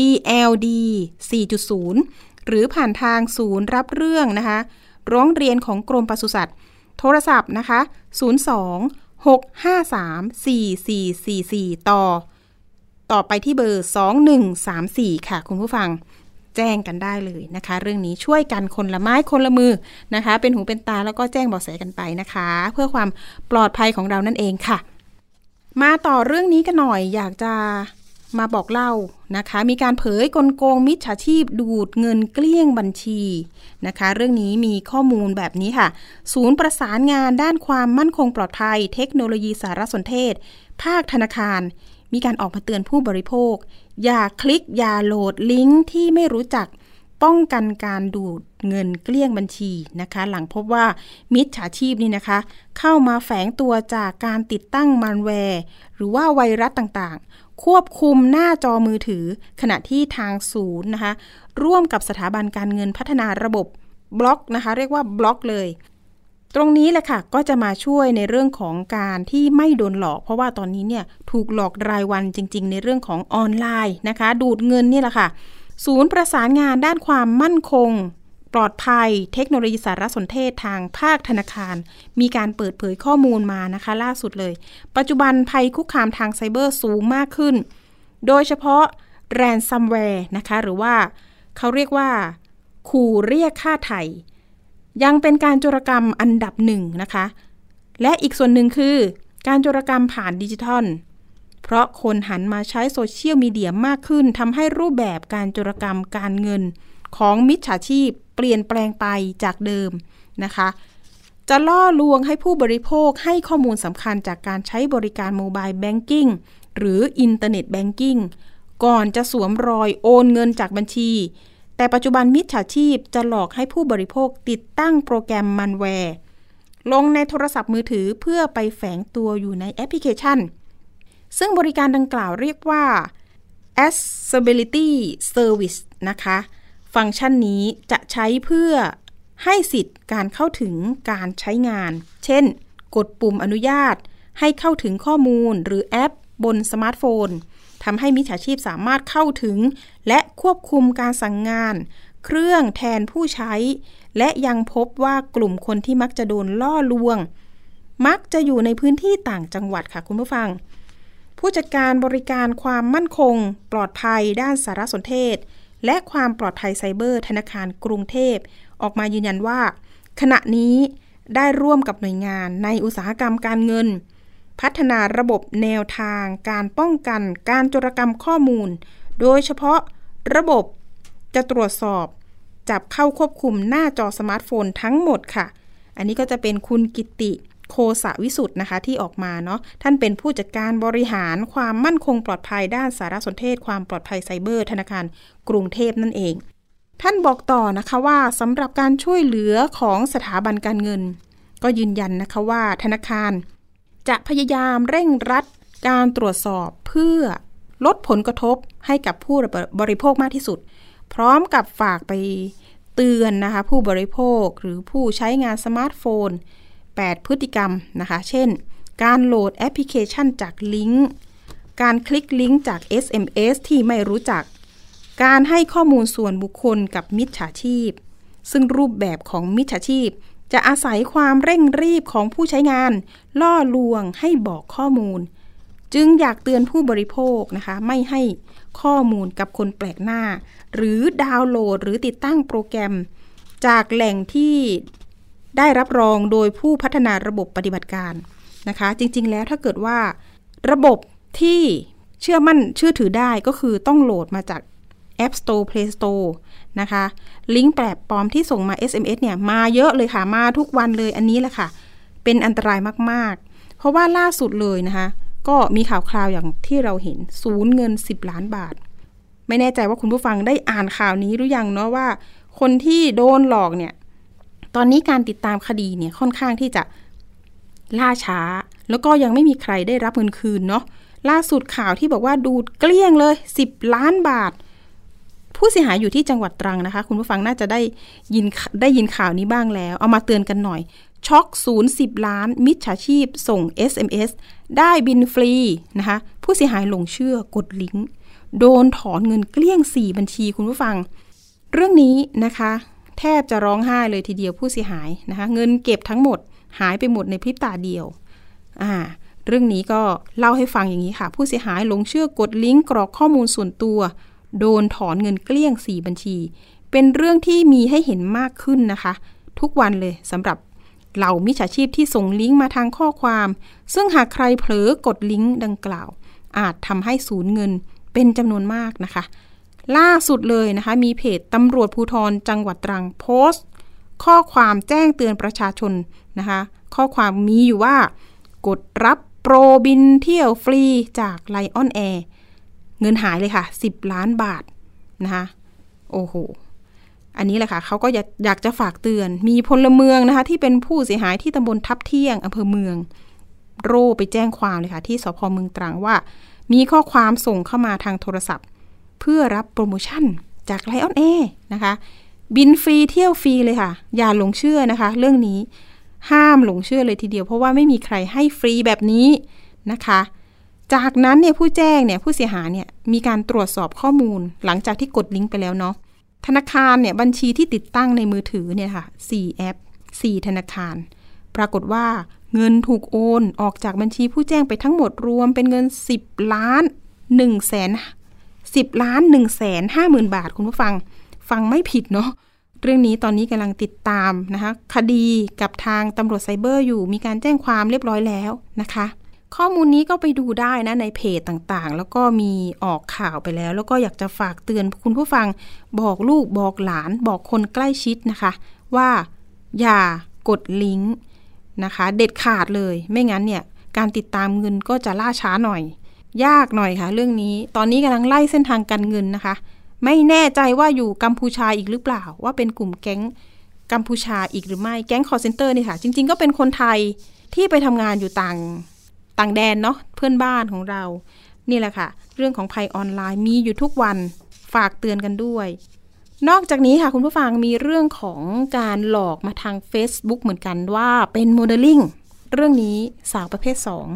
[SPEAKER 2] DLD 4.0 หรือผ่านทางศูนย์รับเรื่องนะคะร้องเรียนของกรมปศุสัตว์โทรศัพท์นะคะ02 6534444ต่อไปที่เบอร์2134ค่ะคุณผู้ฟังแจ้งกันได้เลยนะคะเรื่องนี้ช่วยกันคนละไม้คนละมือนะคะเป็นหูเป็นตาแล้วก็แจ้งเบาะแสกันไปนะคะเพื่อความปลอดภัยของเรานั่นเองค่ะมาต่อเรื่องนี้กันหน่อยอยากจะมาบอกเล่านะคะมีการเผยกลโกงมิจฉาชีพดูดเงินเกลี้ยงบัญชีนะคะเรื่องนี้มีข้อมูลแบบนี้ค่ะศูนย์ประสานงานด้านความมั่นคงปลอดภัยเทคโนโลยีสารสนเทศภาคธนาคารมีการออกมาเตือนผู้บริโภคอย่าคลิกอย่าโหลดลิงก์ที่ไม่รู้จักป้องกันการดูดเงินเกลี้ยงบัญชีนะคะหลังพบว่ามิจฉาชีพนี่นะคะเข้ามาแฝงตัวจากการติดตั้งมัลแวร์หรือว่าไวรัสต่างๆควบคุมหน้าจอมือถือขณะที่ทางศูนย์นะคะร่วมกับสถาบันการเงินพัฒนาระบบบล็อกนะคะเรียกว่าบล็อกเลยตรงนี้แหละค่ะก็จะมาช่วยในเรื่องของการที่ไม่โดนหลอกเพราะว่าตอนนี้เนี่ยถูกหลอกรายวันจริงๆในเรื่องของออนไลน์นะคะดูดเงินนี่แหละค่ะศูนย์ประสานงานด้านความมั่นคงปลอดภัยเทคโนโลยีสารสนเทศทางภาคธนาคารมีการเปิดเผยข้อมูลมานะคะล่าสุดเลยปัจจุบันภัยคุกคามทางไซเบอร์สูงมากขึ้นโดยเฉพาะแรนซัมแวร์นะคะหรือว่าเขาเรียกว่าขู่เรียกค่าไถ่ยังเป็นการโจรกรรมอันดับหนึ่งนะคะและอีกส่วนหนึ่งคือการโจรกรรมผ่านดิจิทัลเพราะคนหันมาใช้โซเชียลมีเดียมากขึ้นทำให้รูปแบบการโจรกรรมการเงินของมิจฉาชีพเปลี่ยนแปลงไปจากเดิมนะคะจะล่อลวงให้ผู้บริโภคให้ข้อมูลสำคัญจากการใช้บริการโมบายแบงกิ้งหรืออินเทอร์เน็ตแบงกิ้งก่อนจะสวมรอยโอนเงินจากบัญชีแต่ปัจจุบันมิจฉาชีพจะหลอกให้ผู้บริโภคติดตั้งโปรแกรมมัลแวร์ลงในโทรศัพท์มือถือเพื่อไปแฝงตัวอยู่ในแอปพลิเคชันซึ่งบริการดังกล่าวเรียกว่า Accessibility Service นะคะฟังก์ชันนี้จะใช้เพื่อให้สิทธิ์การเข้าถึงการใช้งานเช่นกดปุ่มอนุญาตให้เข้าถึงข้อมูลหรือแอปบนสมาร์ทโฟนทำให้มิจฉาชีพสามารถเข้าถึงและควบคุมการสั่งงานเครื่องแทนผู้ใช้และยังพบว่ากลุ่มคนที่มักจะโดนล่อลวงมักจะอยู่ในพื้นที่ต่างจังหวัดค่ะคุณผู้ฟังผู้จัดการบริการความมั่นคงปลอดภัยด้านสารสนเทศและความปลอดภัยไซเบอร์ธนาคารกรุงเทพออกมายืนยันว่าขณะนี้ได้ร่วมกับหน่วยงานในอุตสาหกรรมการเงินพัฒนาระบบแนวทางการป้องกันการโจรกรรมข้อมูลโดยเฉพาะระบบจะตรวจสอบจับเข้าควบคุมหน้าจอสมาร์ทโฟนทั้งหมดค่ะอันนี้ก็จะเป็นคุณกิติโคสวิสุทธ์นะคะที่ออกมาเนาะท่านเป็นผู้จัดการบริหารความมั่นคงปลอดภัยด้านสารสนเทศความปลอดภัยไซเบอร์ธนาคารกรุงเทพนั่นเองท่านบอกต่อนะคะว่าสำหรับการช่วยเหลือของสถาบันการเงินก็ยืนยันนะคะว่าธนาคารจะพยายามเร่งรัดการตรวจสอบเพื่อลดผลกระทบให้กับผู้บริโภคมากที่สุดพร้อมกับฝากไปเตือนนะคะผู้บริโภคหรือผู้ใช้งานสมาร์ทโฟน8พฤติกรรมนะคะเช่นการโหลดแอปพลิเคชันจากลิงก์การคลิกลิงก์จาก SMS ที่ไม่รู้จักการให้ข้อมูลส่วนบุคคลกับมิจฉาชีพซึ่งรูปแบบของมิจฉาชีพจะอาศัยความเร่งรีบของผู้ใช้งานล่อลวงให้บอกข้อมูลจึงอยากเตือนผู้บริโภคนะคะไม่ให้ข้อมูลกับคนแปลกหน้าหรือดาวน์โหลดหรือติดตั้งโปรแกรมจากแหล่งที่ได้รับรองโดยผู้พัฒนาระบบปฏิบัติการนะคะจริงๆแล้วถ้าเกิดว่าระบบที่เชื่อมั่นเชื่อถือได้ก็คือต้องโหลดมาจาก App Store Play Store นะคะลิงก์แปลกปลอมที่ส่งมา SMS เนี่ยมาเยอะเลยค่ะมาทุกวันเลยอันนี้แหละค่ะเป็นอันตรายมากๆเพราะว่าล่าสุดเลยนะคะก็มีข่าวคราวอย่างที่เราเห็นสูญเงิน10 ล้านบาทไม่แน่ใจว่าคุณผู้ฟังได้อ่านข่าวนี้หรือยังเนาะว่าคนที่โดนหลอกเนี่ยตอนนี้การติดตามคดีเนี่ยค่อนข้างที่จะล่าช้าแล้วก็ยังไม่มีใครได้รับเงินคืนเนาะล่าสุดข่าวที่บอกว่าดูดเกลี้ยงเลย10 ล้านบาทผู้เสียหายอยู่ที่จังหวัดตรังนะคะคุณผู้ฟังน่าจะได้ยินข่าวนี้บ้างแล้วเอามาเตือนกันหน่อยช็อกศูนย์10 ล้านมิจฉาชีพส่ง SMS ได้บินฟรีนะคะผู้เสียหายหลงเชื่อกดลิงก์โดนถอนเงินเกลี้ยง4 บัญชีคุณผู้ฟังเรื่องนี้นะคะแทบจะร้องไห้เลยทีเดียวผู้เสียหายนะคะเงินเก็บทั้งหมดหายไปหมดในพริบตาเดียวเรื่องนี้ก็เล่าให้ฟังอย่างนี้ค่ะผู้เสียหายหลงเชื่อกดลิงก์กรอกข้อมูลส่วนตัวโดนถอนเงินเกลี้ยง4บัญชีเป็นเรื่องที่มีให้เห็นมากขึ้นนะคะทุกวันเลยสำหรับเหล่ามิจฉาชีพที่ส่งลิงก์มาทางข้อความซึ่งหากใครเผลอกดลิงก์ดังกล่าวอาจทำให้สูญเงินเป็นจำนวนมากนะคะล่าสุดเลยนะคะมีเพจตำรวจภูธรจังหวัดตรังโพสต์ข้อความแจ้งเตือนประชาชนนะคะข้อความมีอยู่ว่ากดรับโปรบินเที่ยวฟรีจากไลออนแอร์เงินหายเลยค่ะ10 ล้านบาทนะคะโอ้โหอันนี้แหละค่ะเขาก็อยากจะฝากเตือนมีพลเมืองนะคะที่เป็นผู้เสียหายที่ตำบลทับเที่ยงอำเภอเมืองโร่ไปแจ้งความเลยค่ะที่สภ.เมืองตรังว่ามีข้อความส่งเข้ามาทางโทรศัพท์เพื่อรับโปรโมชั่นจากไลออนแอร์นะคะบินฟรีเที่ยวฟรีเลยค่ะอย่าหลงเชื่อนะคะเรื่องนี้ห้ามหลงเชื่อเลยทีเดียวเพราะว่าไม่มีใครให้ฟรีแบบนี้นะคะจากนั้นเนี่ยผู้แจ้งเนี่ยผู้เสียหายเนี่ยมีการตรวจสอบข้อมูลหลังจากที่กดลิงก์ไปแล้วเนาะธนาคารเนี่ยบัญชีที่ติดตั้งในมือถือเนี่ยค่ะ4แอป4ธนาคารปรากฏว่าเงินถูกโอนออกจากบัญชีผู้แจ้งไปทั้งหมดรวมเป็นเงิน10 ล้าน 150,000 บาทคุณผู้ฟังไม่ผิดเนาะเรื่องนี้ตอนนี้กำลังติดตามนะคะคดีกับทางตำรวจไซเบอร์อยู่มีการแจ้งความเรียบร้อยแล้วนะคะข้อมูลนี้ก็ไปดูได้นะในเพจต่างๆแล้วก็มีออกข่าวไปแล้วก็อยากจะฝากเตือนคุณผู้ฟังบอกลูกบอกหลานบอกคนใกล้ชิดนะคะว่าอย่ากดลิงก์นะคะเด็ดขาดเลยไม่งั้นเนี่ยการติดตามเงินก็จะล่าช้าหน่อยยากหน่อยค่ะเรื่องนี้ตอนนี้กำลังไล่เส้นทางการเงินนะคะไม่แน่ใจว่าอยู่กัมพูชาอีกหรือเปล่าว่าเป็นกลุ่มแก๊งกัมพูชาอีกหรือไม่แก๊งคอลเซ็นเตอร์นี่ค่ะจริงๆก็เป็นคนไทยที่ไปทำงานอยู่ต่างแดนเนาะเพื่อนบ้านของเรานี่แหละค่ะเรื่องของภัยออนไลน์มีอยู่ทุกวันฝากเตือนกันด้วยนอกจากนี้ค่ะคุณผู้ฟังมีเรื่องของการหลอกมาทาง Facebook เหมือนกันว่าเป็นโมเดลลิ่งเรื่องนี้สาวประเภท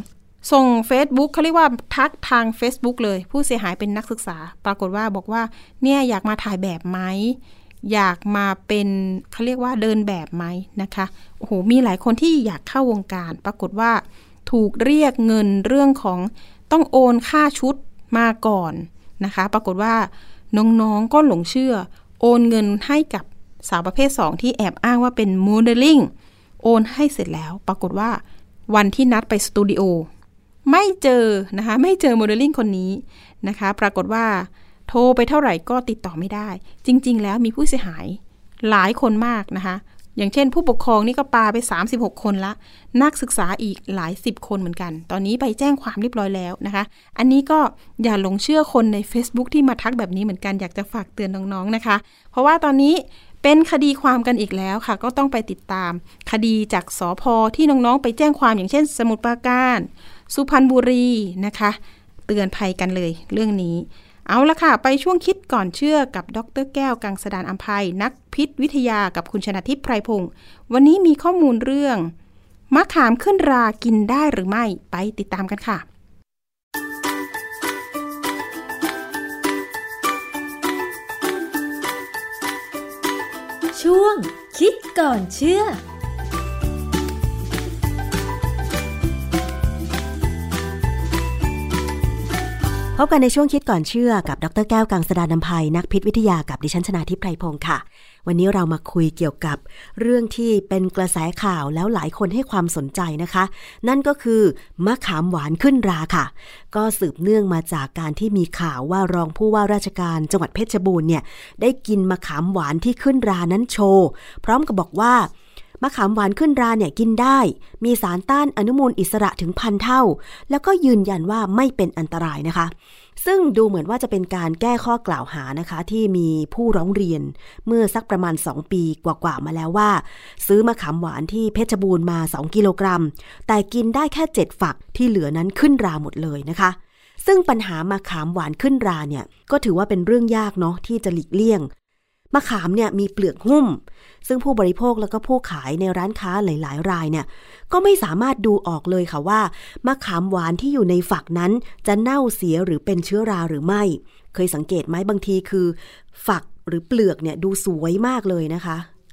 [SPEAKER 2] 2ส่ง Facebook เขาเรียกว่าทักทาง Facebook เลยผู้เสียหายเป็นนักศึกษาปรากฏว่าบอกว่าเนี่ยอยากมาถ่ายแบบไหมอยากมาเป็นเขาเรียกว่าเดินแบบไหมนะคะโอ้โหมีหลายคนที่อยากเข้าวงการปรากฏว่าถูกเรียกเงินเรื่องของต้องโอนค่าชุดมาก่อนนะคะปรากฏว่าน้องๆก็หลงเชื่อโอนเงินให้กับสาวประเภท2ที่แอบอ้างว่าเป็นโมเดลลิ่งโอนให้เสร็จแล้วปรากฏว่าวันที่นัดไปสตูดิโอไม่เจอนะคะไม่เจอโมเดลลิ่งคนนี้นะคะปรากฏว่าโทรไปเท่าไหร่ก็ติดต่อไม่ได้จริงๆแล้วมีผู้เสียหายหลายคนมากนะคะอย่างเช่นผู้ปกครองนี่ก็ปาไป36คนละนักศึกษาอีกหลาย10คนเหมือนกันตอนนี้ไปแจ้งความเรียบร้อยแล้วนะคะอันนี้ก็อย่าหลงเชื่อคนใน Facebook ที่มาทักแบบนี้เหมือนกันอยากจะฝากเตือนน้องๆนะคะเพราะว่าตอนนี้เป็นคดีความกันอีกแล้วค่ะก็ต้องไปติดตามคดีจากสภ.ที่น้องๆไปแจ้งความอย่างเช่นสมุทรปราการสุพรรณบุรีนะคะเตือนภัยกันเลยเรื่องนี้เอาละค่ะไปช่วงคิดก่อนเชื่อกับดร.แก้วกังสดาลอำไพนักพิษวิทยากับคุณชนาทิพย์ไพรพงศ์วันนี้มีข้อมูลเรื่องมะขามขึ้นรากินได้หรือไม่ไปติดตามกันค่ะ
[SPEAKER 4] ช่วงคิดก่อนเชื่อ
[SPEAKER 5] พบกันในช่วงคิดก่อนเชื่อกับดร.แก้วกังสดาลอำไพนักพิษวิทยากับดิฉันชนาทิพย์ไพรพงศ์ค่ะวันนี้เรามาคุยเกี่ยวกับเรื่องที่เป็นกระแสข่าวแล้วหลายคนให้ความสนใจนะคะนั่นก็คือมะขามหวานขึ้นราค่ะก็สืบเนื่องมาจากการที่มีข่าวว่ารองผู้ว่าราชการจังหวัดเพชรบูรณ์เนี่ยได้กินมะขามหวานที่ขึ้นรานั้นโชว์พร้อมกับบอกว่ามะขามหวานขึ้นราเนี่ยกินได้มีสารต้านอนุมูลอิสระถึง1,000 เท่าแล้วก็ยืนยันว่าไม่เป็นอันตรายนะคะซึ่งดูเหมือนว่าจะเป็นการแก้ข้อกล่าวหานะคะที่มีผู้ร้องเรียนเมื่อสักประมาณ2 ปีกว่าๆมาแล้วว่าซื้อมะขามหวานที่เพชรบูรณ์มา2 กิโลกรัมแต่กินได้แค่7 ฝักที่เหลือนั้นขึ้นราหมดเลยนะคะซึ่งปัญหามะขามหวานขึ้นราเนี่ยก็ถือว่าเป็นเรื่องยากเนาะที่จะหลีกเลี่ยงมะขามเนี่ยมีเปลือกหุ้มซึ่งผู้บริโภคแล้วก็ผู้ขายในร้านค้าหลายๆรายเนี่ยก็ไม่สามารถดูออกเลยค่ะว่ามะขามหวานที่อยู่ในฝักนั้นจะเน่าเสียหรือเป็นเชื้อราหรือไม่เคยสังเกตไหมบางทีคือฝักหรือเปลือกเนี่ยดูสวยมากเลยนะคะ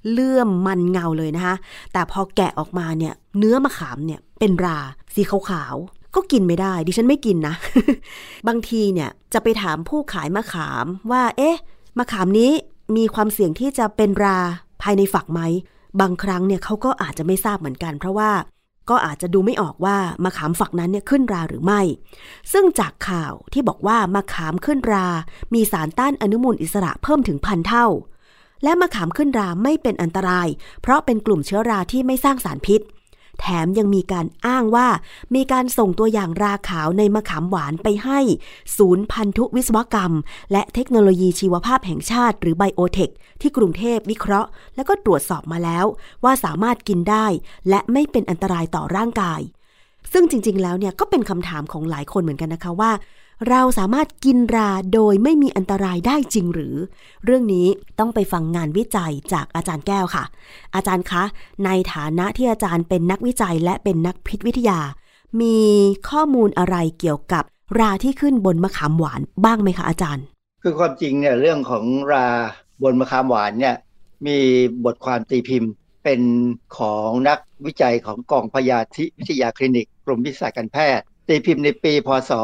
[SPEAKER 5] เลื่อมมันเงาเลยนะคะแต่พอแกะออกมาเนี่ยเนื้อมะขามเนี่ยเป็นราสีขาวๆก็กินไม่ได้ดิฉันไม่กินนะ บางทีเนี่ยจะไปถามผู้ขายมะขามว่าเอ๊ะมะขามนี้มีความเสี่ยงที่จะเป็นราภายในฝักไหมบางครั้งเนี่ยเขาก็อาจจะไม่ทราบเหมือนกันเพราะว่าก็อาจจะดูไม่ออกว่ามะขามฝักนั้นเนี่ยขึ้นราหรือไม่ซึ่งจากข่าวที่บอกว่ามะขามขึ้นรามีสารต้านอนุมูลอิสระเพิ่มถึง1,000 เท่าและมะขามขึ้นราไม่เป็นอันตรายเพราะเป็นกลุ่มเชื้อราที่ไม่สร้างสารพิษแถมยังมีการอ้างว่ามีการส่งตัวอย่างราขาวในมะขามหวานไปให้ศูนย์พันธุวิศวกรรมและเทคโนโลยีชีวภาพแห่งชาติหรือไบโอเทคที่กรุงเทพวิเคราะห์และก็ตรวจสอบมาแล้วว่าสามารถกินได้และไม่เป็นอันตรายต่อร่างกายซึ่งจริงๆแล้วเนี่ยก็เป็นคำถามของหลายคนเหมือนกันนะคะว่าเราสามารถกินราโดยไม่มีอันตรายได้จริงหรือเรื่องนี้ต้องไปฟังงานวิจัยจากอาจารย์แก้วค่ะอาจารย์คะในฐานะที่อาจารย์เป็นนักวิจัยและเป็นนักพิษวิทยามีข้อมูลอะไรเกี่ยวกับราที่ขึ้นบนมะขามหวานบ้างไหมคะอาจารย์
[SPEAKER 6] คือความจริงเนี่ยเรื่องของราบนมะขามหวานเนี่ยมีบทความตีพิมพ์เป็นของนักวิจัยของกองพยาธิวิทยาคลินิกกรมวิทยาการแพทย์ตีพิมพ์ในปีพ.ศ.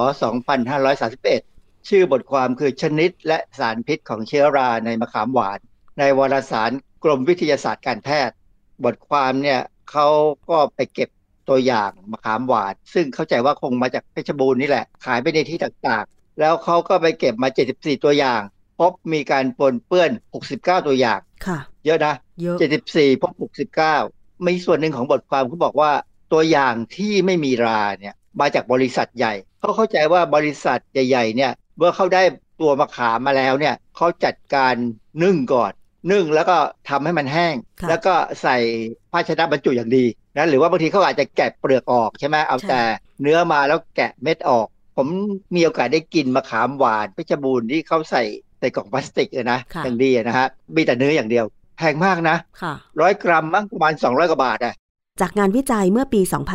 [SPEAKER 6] 2531ชื่อบทความคือชนิดและสารพิษของเชื้อราในมะขามหวานในวารสารกรมวิทยาศาสตร์การแพทย์บทความเนี่ยเขาก็ไปเก็บตัวอย่างมะขามหวานซึ่งเข้าใจว่าคงมาจากเพชรบูรณ์นี่แหละขายไปในที่ต่างๆแล้วเขาก็ไปเก็บมา74ตัวอย่างพบมีการปนเปื้อน69ตัวอย่าง
[SPEAKER 5] ค่ะ
[SPEAKER 6] เยอะนะเยอะ74พบ69มีส่วนหนึ่งของบทความเขาบอกว่าตัวอย่างที่ไม่มีราเนี่ยมาจากบริษัทใหญ่เขาเข้าใจว่าบริษัทใหญ่ๆเนี่ยเมื่อเขาได้ตัวมะขามมาแล้วเนี่ยเขาจัดการนึ่งก่อนนึ่งแล้วก็ทำให้มันแห้งแล้วก็ใส่ภาชนะบรรจุอย่างดีนะหรือว่าบางทีเขาอาจจะแกะเปลือกออกใช่ไหมเอาแต่เนื้อมาแล้วแกะเม็ดออกผมมีโอกาสได้กินมะขามหวานเพชรบูรณ์ที่เขาใส่กล่องพลาสติกเลยนะอย่างดีนะฮะมีแต่เนื้ออย่างเดียวแพงมากนะ100 กรัมมั้งประมาณ200 กว่าบาท
[SPEAKER 5] จากงานวิจัยเมื่อปี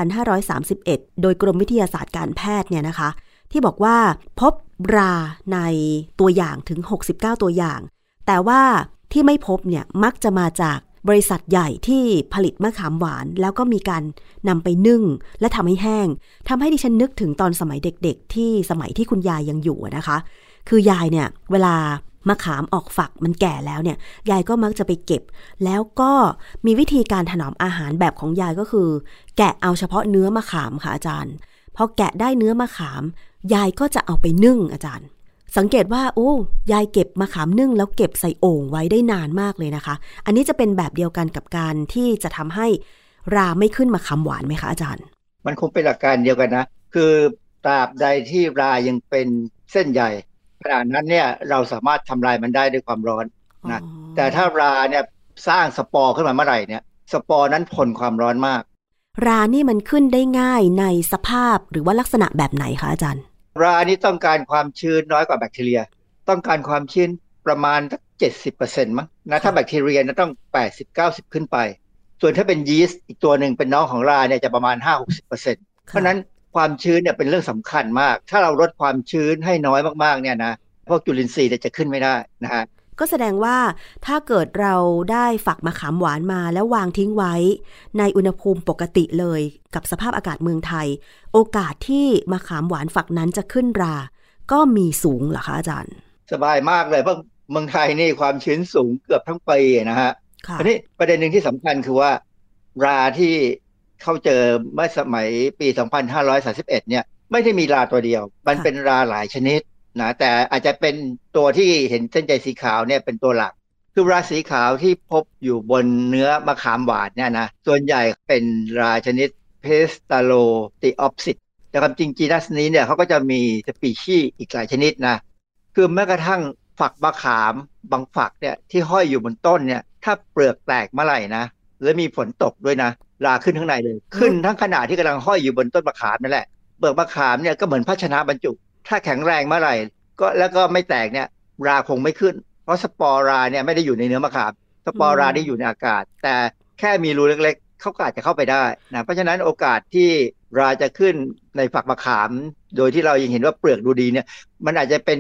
[SPEAKER 5] 2531 โดยกรมวิทยาศาสตร์การแพทย์เนี่ยนะคะที่บอกว่าพบราในตัวอย่างถึง69ตัวอย่างแต่ว่าที่ไม่พบเนี่ยมักจะมาจากบริษัทใหญ่ที่ผลิตมะขามหวานแล้วก็มีการนำไปนึ่งและทำให้แห้งทำให้ดิฉันนึกถึงตอนสมัยเด็กๆที่สมัยที่คุณยายยังอยู่นะคะคือยายเนี่ยเวลามะขามออกฝักมันแก่แล้วเนี่ยยายก็มักจะไปเก็บแล้วก็มีวิธีการถนอมอาหารแบบของยายก็คือแกะเอาเฉพาะเนื้อมะขามค่ะอาจารย์พอแกะได้เนื้อมะขามยายก็จะเอาไปนึ่งอาจารย์สังเกตว่าโอ้ยายเก็บมะขามนึ่งแล้วเก็บใส่โอ่งไว้ได้นานมากเลยนะคะอันนี้จะเป็นแบบเดียวกันกับการที่จะทำให้ราไม่ขึ้นมะขามหวานไหมคะอาจารย์
[SPEAKER 6] มันคงเป็นหลักการเดียวกันนะคือตราบใดที่รายังเป็นเส้นใหญ่ขณะนั้นเนี่ยเราสามารถทำลายมันได้ด้วยความร้อนนะแต่ถ้าราเนี่ยสร้างสปอร์ขึ้นมาเมื่อไหร่เนี่ยสปอร์นั้นทนความร้อนมาก
[SPEAKER 5] รานี่มันขึ้นได้ง่ายในสภาพหรือว่าลักษณะแบบไหนคะอาจารย์
[SPEAKER 6] รานี่ต้องการความชื้นน้อยกว่าแบคทีเรียต้องการความชื้นประมาณสัก 70% มั้งนะถ้าแบคทีเรียนะต้อง 80-90 ขึ้นไปส่วนถ้าเป็นยีสต์อีกตัวหนึ่งเป็นน้องของราเนี่ยจะประมาณ 5-60% เพราะนั้นความชื้นเนี่ยเป็นเรื่องสำคัญมากถ้าเราลดความชื้นให้น้อยมากๆเนี่ยนะพวกจุลินทรีย์จะขึ้นไม่ได้นะฮะ
[SPEAKER 5] ก็แสดงว่าถ้าเกิดเราได้ฝักมะขามหวานมาแล้ววางทิ้งไว้ในอุณหภูมิปกติเลยกับสภาพอากาศเมืองไทยโอกาสที่มะขามหวานฝักนั้นจะขึ้นราก็มีสูงเหรอคะอาจารย์
[SPEAKER 6] สบายมากเลยเพราะเมืองไทยนี่ความชื้นสูงเกือบทั้งปีนะฮะทีนี้ประเด็นหนึ่งที่สำคัญคือว่าราที่เข้าเจอเมื่อสมัยปี 2531 เนี่ยไม่ได้มีราตัวเดียวมันเป็นราหลายชนิดนะแต่อาจจะเป็นตัวที่เห็นเส้นใยสีขาวเนี่ยเป็นตัวหลักคือราสีขาวที่พบอยู่บนเนื้อมะขามหวานเนี่ยนะส่วนใหญ่เป็นราชนิดเพสตาโลติออปซิสแต่ความจริงจีนัสนี้เนี่ยเขาก็จะมีสปีชีส์อีกหลายชนิดนะคือแม้กระทั่งฝักมะขามบางฝักเนี่ยที่ห้อยอยู่บนต้นเนี่ยถ้าเปลือกแตกเมื่อไหร่นะแล้วมีฝนตกด้วยนะราขึ้นข้างในเลยขึ้นทั้งขณะที่กำลังห้อยอยู่บนต้นมะขามนั่นแหละเปลือกมะขามเนี่ยก็เหมือนภาชนะบรรจุถ้าแข็งแรงเมื่อไหร่ก็แล้วก็ไม่แตกเนี่ยราคงไม่ขึ้นเพราะสปอร์ราเนี่ยไม่ได้อยู่ในเนื้อมะขามสปอร์ราได้อยู่ในอากาศแต่แค่มีรูเล็กๆเขาก็อาจจะเข้าไปได้นะเพราะฉะนั้นโอกาสที่ราจะขึ้นในฝักมะขามโดยที่เรายังเห็นว่าเปลือกดูดีเนี่ยมันอาจจะเป็น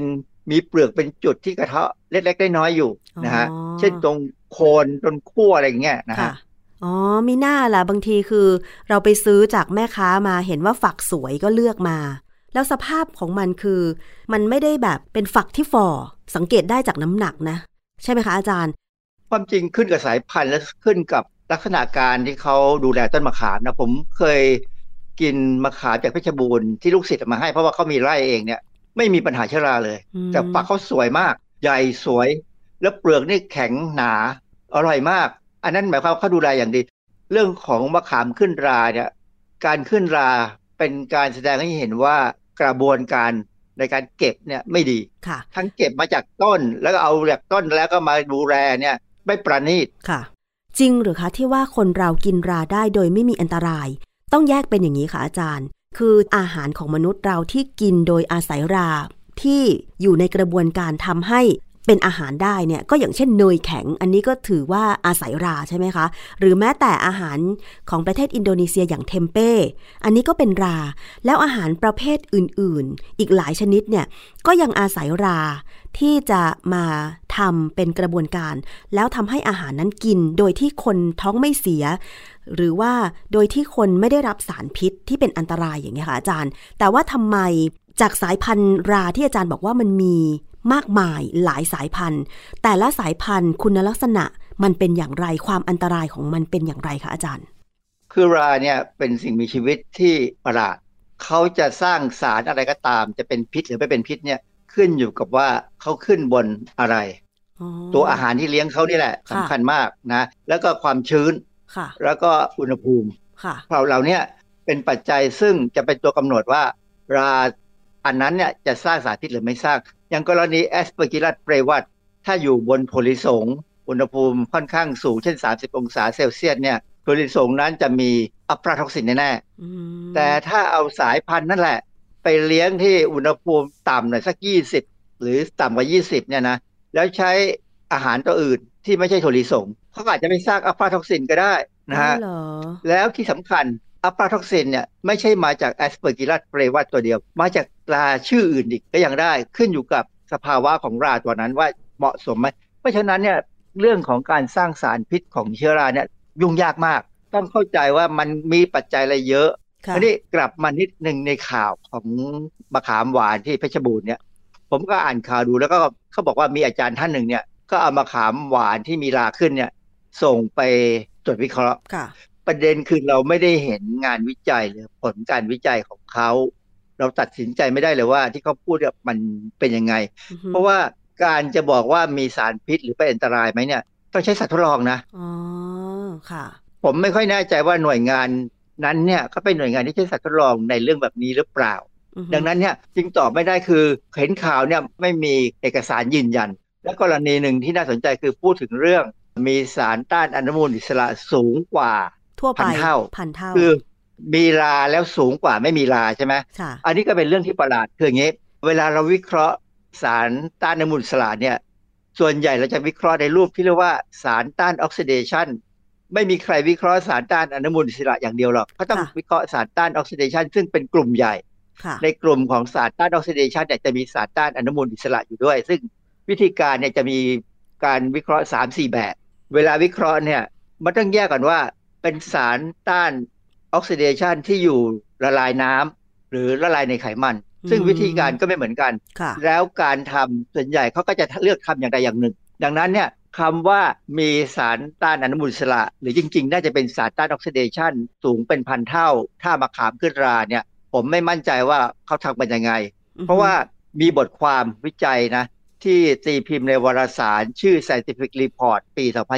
[SPEAKER 6] มีเปลือกเป็นจุดที่กระเทาะเล็กๆน้อยๆอยู่นะฮะเช่นตรงโคนตรงขั้วอะไรอย่างเงี้ยนะฮะ
[SPEAKER 5] อ๋อมีหน้าล่ะบางทีคือเราไปซื้อจากแม่ค้ามาเห็นว่าฝักสวยก็เลือกมาแล้วสภาพของมันคือมันไม่ได้แบบเป็นฝักที่ฝ่อสังเกตได้จากน้ำหนักนะใช่ไหมคะอาจารย์
[SPEAKER 6] ความจริงขึ้นกับสายพันธุ์และขึ้นกับลักษณะการที่เขาดูแลต้นมะขามนะผมเคยกินมะขามจากเพชรบูรณ์ที่ลูกศิษย์มาให้เพราะว่าเขามีไร่เองเนี่ยไม่มีปัญหาเชื้อราเลยแต่ฝักเขาสวยมากใหญ่สวยแล้วเปลือกนี่แข็งหนาอร่อยมากอันนั้นหมายความเขาดูแลอย่างดีเรื่องของมะขามขึ้นราเนี่ยการขึ้นราเป็นการแสดงให้เห็นว่ากระบวนการในการเก็บเนี่ยไม่ดีทั้งเก็บมาจากต้นแล้วก็เอาจากต้นแล้วก็มาดูแลเนี่ยไม่ประณีต
[SPEAKER 5] ค่ะจริงหรือคะที่ว่าคนเรากินราได้โดยไม่มีอันตรายต้องแยกเป็นอย่างนี้ค่ะอาจารย์คืออาหารของมนุษย์เราที่กินโดยอาศัยราที่อยู่ในกระบวนการทำให้เป็นอาหารได้เนี่ยก็อย่างเช่นเนยแข็งอันนี้ก็ถือว่าอาศัยราใช่ไหมคะหรือแม้แต่อาหารของประเทศอินโดนีเซียอย่างเทมเป้อันนี้ก็เป็นราแล้วอาหารประเภทอื่นๆอีกหลายชนิดเนี่ยก็ยังอาศัยราที่จะมาทำเป็นกระบวนการแล้วทำให้อาหารนั้นกินโดยที่คนท้องไม่เสียหรือว่าโดยที่คนไม่ได้รับสารพิษที่เป็นอันตรายอย่างเงี้ยค่ะอาจารย์แต่ว่าทำไมจากสายพันธุ์ราที่อาจารย์บอกว่ามันมีมากมายหลายสายพันธุ์แต่ละสายพันธุ์คุณลักษณะมันเป็นอย่างไรความอันตรายของมันเป็นอย่างไรคะอาจารย์
[SPEAKER 6] คือราเนี่ยเป็นสิ่งมีชีวิตที่ประหลาดเขาจะสร้างสารอะไรก็ตามจะเป็นพิษหรือไม่เป็นพิษเนี่ยขึ้นอยู่กับว่าเขาขึ้นบนอะไรตัวอาหารที่เลี้ยงเขานี่แหละสำคัญมากนะแล้วก็ความชื้นแล้วก็อุณหภูมิเราเนี่ยเป็นปัจจัยซึ่งจะเป็นตัวกำหนดว่าราอันนั้นเนี่ยจะสร้างสารพิษหรือไม่สร้างอย่างกรณี Aspergillus brevis ถ้าอยู่บนถั่วลิสงอุณหภูมิค่อนข้างสูงเช่น30องศาเซลเซียสเนี่ยถั่วลิสงนั้นจะมีอัฟลาท็อกซินแน่ๆแต่ถ้าเอาสายพันธุ์นั่นแหละไปเลี้ยงที่อุณหภูมิต่ำหน่อยสัก20หรือต่ำกว่า20เนี่ยนะแล้วใช้อาหารตัวอื่นที่ไม่ใช่ถั่วลิสงเขาอาจจะไม่สร้างอัฟลาท็อกซินก็ได้นะฮะแล้วที่สำคัญอัฟลาท็อกซินเนี่ยไม่ใช่มาจาก Aspergillus brevis ตัวเดียวมาจากราชื่ออื่นอีกก็ยังได้ขึ้นอยู่กับสภาวะของราตัวนั้นว่าเหมาะสมไหมเพราะฉะนั้นเนี่ยเรื่องของการสร้างสารพิษของเชื้อราเนี่ยยุ่งยากมากต้องเข้าใจว่ามันมีปัจจัยอะไรเยอะทีนี้กลับมานิดนึงในข่าวของมะขามหวานที่เพชรบูรณ์เนี่ยผมก็อ่านข่าวดูแล้วก็เขาบอกว่ามีอาจารย์ท่านหนึ่งเนี่ยก็เอามะขามหวานที่มีราขึ้นเนี่ยส่งไปตรวจวิเคราะห์ประเด็นคือเราไม่ได้เห็นงานวิจัยหรือผลการวิจัยของเขาเราตัดสินใจไม่ได้เลยว่าที่เขาพูดมันเป็นยังไงเพราะว่าการจะบอกว่ามีสารพิษหรือเป็นอันตรายไหมเนี่ยต้องใช้สัตว์ทดลองนะ
[SPEAKER 5] อ๋อค่ะ
[SPEAKER 6] ผมไม่ค่อยแน่ใจว่าหน่วยงานนั้นเนี่ยเขาเป็นหน่วยงานที่ใช้สัตว์ทดลองในเรื่องแบบนี้หรือเปล่าดังนั้นเนี่ยจึงตอบไม่ได้คือเห็นข่าวเนี่ยไม่มีเอกสารยืนยันและกรณีหนึ่งที่น่าสนใจคือพูดถึงเรื่องมีสารต้านอนุมูลอิสระสูงกว่า
[SPEAKER 5] ทั่วไปพันเท่า
[SPEAKER 6] คือมีราแล้วสูงกว่าไม่มีราใช่ไหมอันนี้ก็เป็นเรื่องที่ประหลาดคืออย่างนี้เวลาเราวิเคราะห์สารต้านอนุมูลอิสระเนี่ยส่วนใหญ่เราจะวิเคราะห์ในรูปที่เรียกว่าสารต้านออกซิเดชันไม่มีใครวิเคราะห์สารต้านอนุมูลอิสระอย่างเดียวหรอกเขาต้องวิเคราะห์สารต้านออกซิเดชันซึ่งเป็นกลุ่มใหญ่ในกลุ่มของสารต้านออกซิเดชันเนี่ยจะมีสารต้านอนุมูลอิสระอยู่ด้วยซึ่งวิธีการเนี่ยจะมีการวิเคราะห์ 3-4 แบบเวลาวิเคราะห์เนี่ยมันต้องแยกกันว่าเป็นสารต้านออกซิเดชันที่อยู่ละลายน้ำหรือละลายในไขมันซึ่งวิธีการก็ไม่เหมือนกันแล้วการทำส่วนใหญ่เขาก็จะเลือกทำอย่างใดอย่างหนึ่งดังนั้นเนี่ยคำว่ามีสารต้านอนุมูลอิสระหรือจริงๆน่าจะเป็นสารต้านออกซิเดชันสูงเป็นพันเท่าถ้ามะขามขึ้นราเนี่ยผมไม่มั่นใจว่าเขาทำเป็นยังไงเพราะว่ามีบทความวิจัยนะที่ตีพิมพ์ในวารสารชื่อ Scientific Report ปี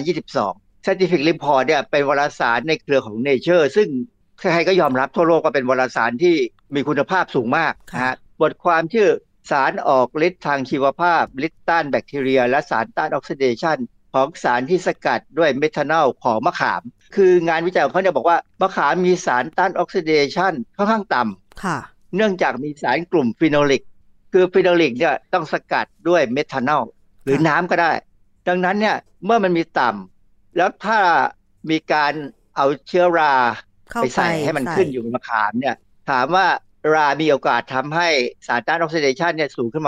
[SPEAKER 6] 2022 Scientific Report เนี่ยเป็นวารสารในเครือของ Nature ซึ่งใครๆก็ยอมรับทั่วโลกว่าเป็นวารสารที่มีคุณภาพสูงมากนะฮะบทความชื่อสารออกฤทธิ์ทางชีวภาพฤทธิ์ต้านแบคทีเรียและสารต้านออกซิเดชันของสารที่สกัดด้วยเมทานอลของมะขามคืองานวิจัยของเขาเนี่ยบอกว่ามะขามมีสารต้านออกซิเดชันค่อนข้างต่ำเนื่องจากมีสารกลุ่มฟีโนลิกคือฟีโนลิกเนี่ยต้องสกัดด้วยเมทานอลหรือน้ำก็ได้ดังนั้นเนี่ยเมื่อมันมีต่ำแล้วถ้ามีการเอาเชื้อราไปใส่ให้มันขึ้นอยู่บนมะขามเนี่ยถามว่ารามีโอกาสทำให้สารต้านออกซิเดชันเนี่ยสูงขึ้นมาไหม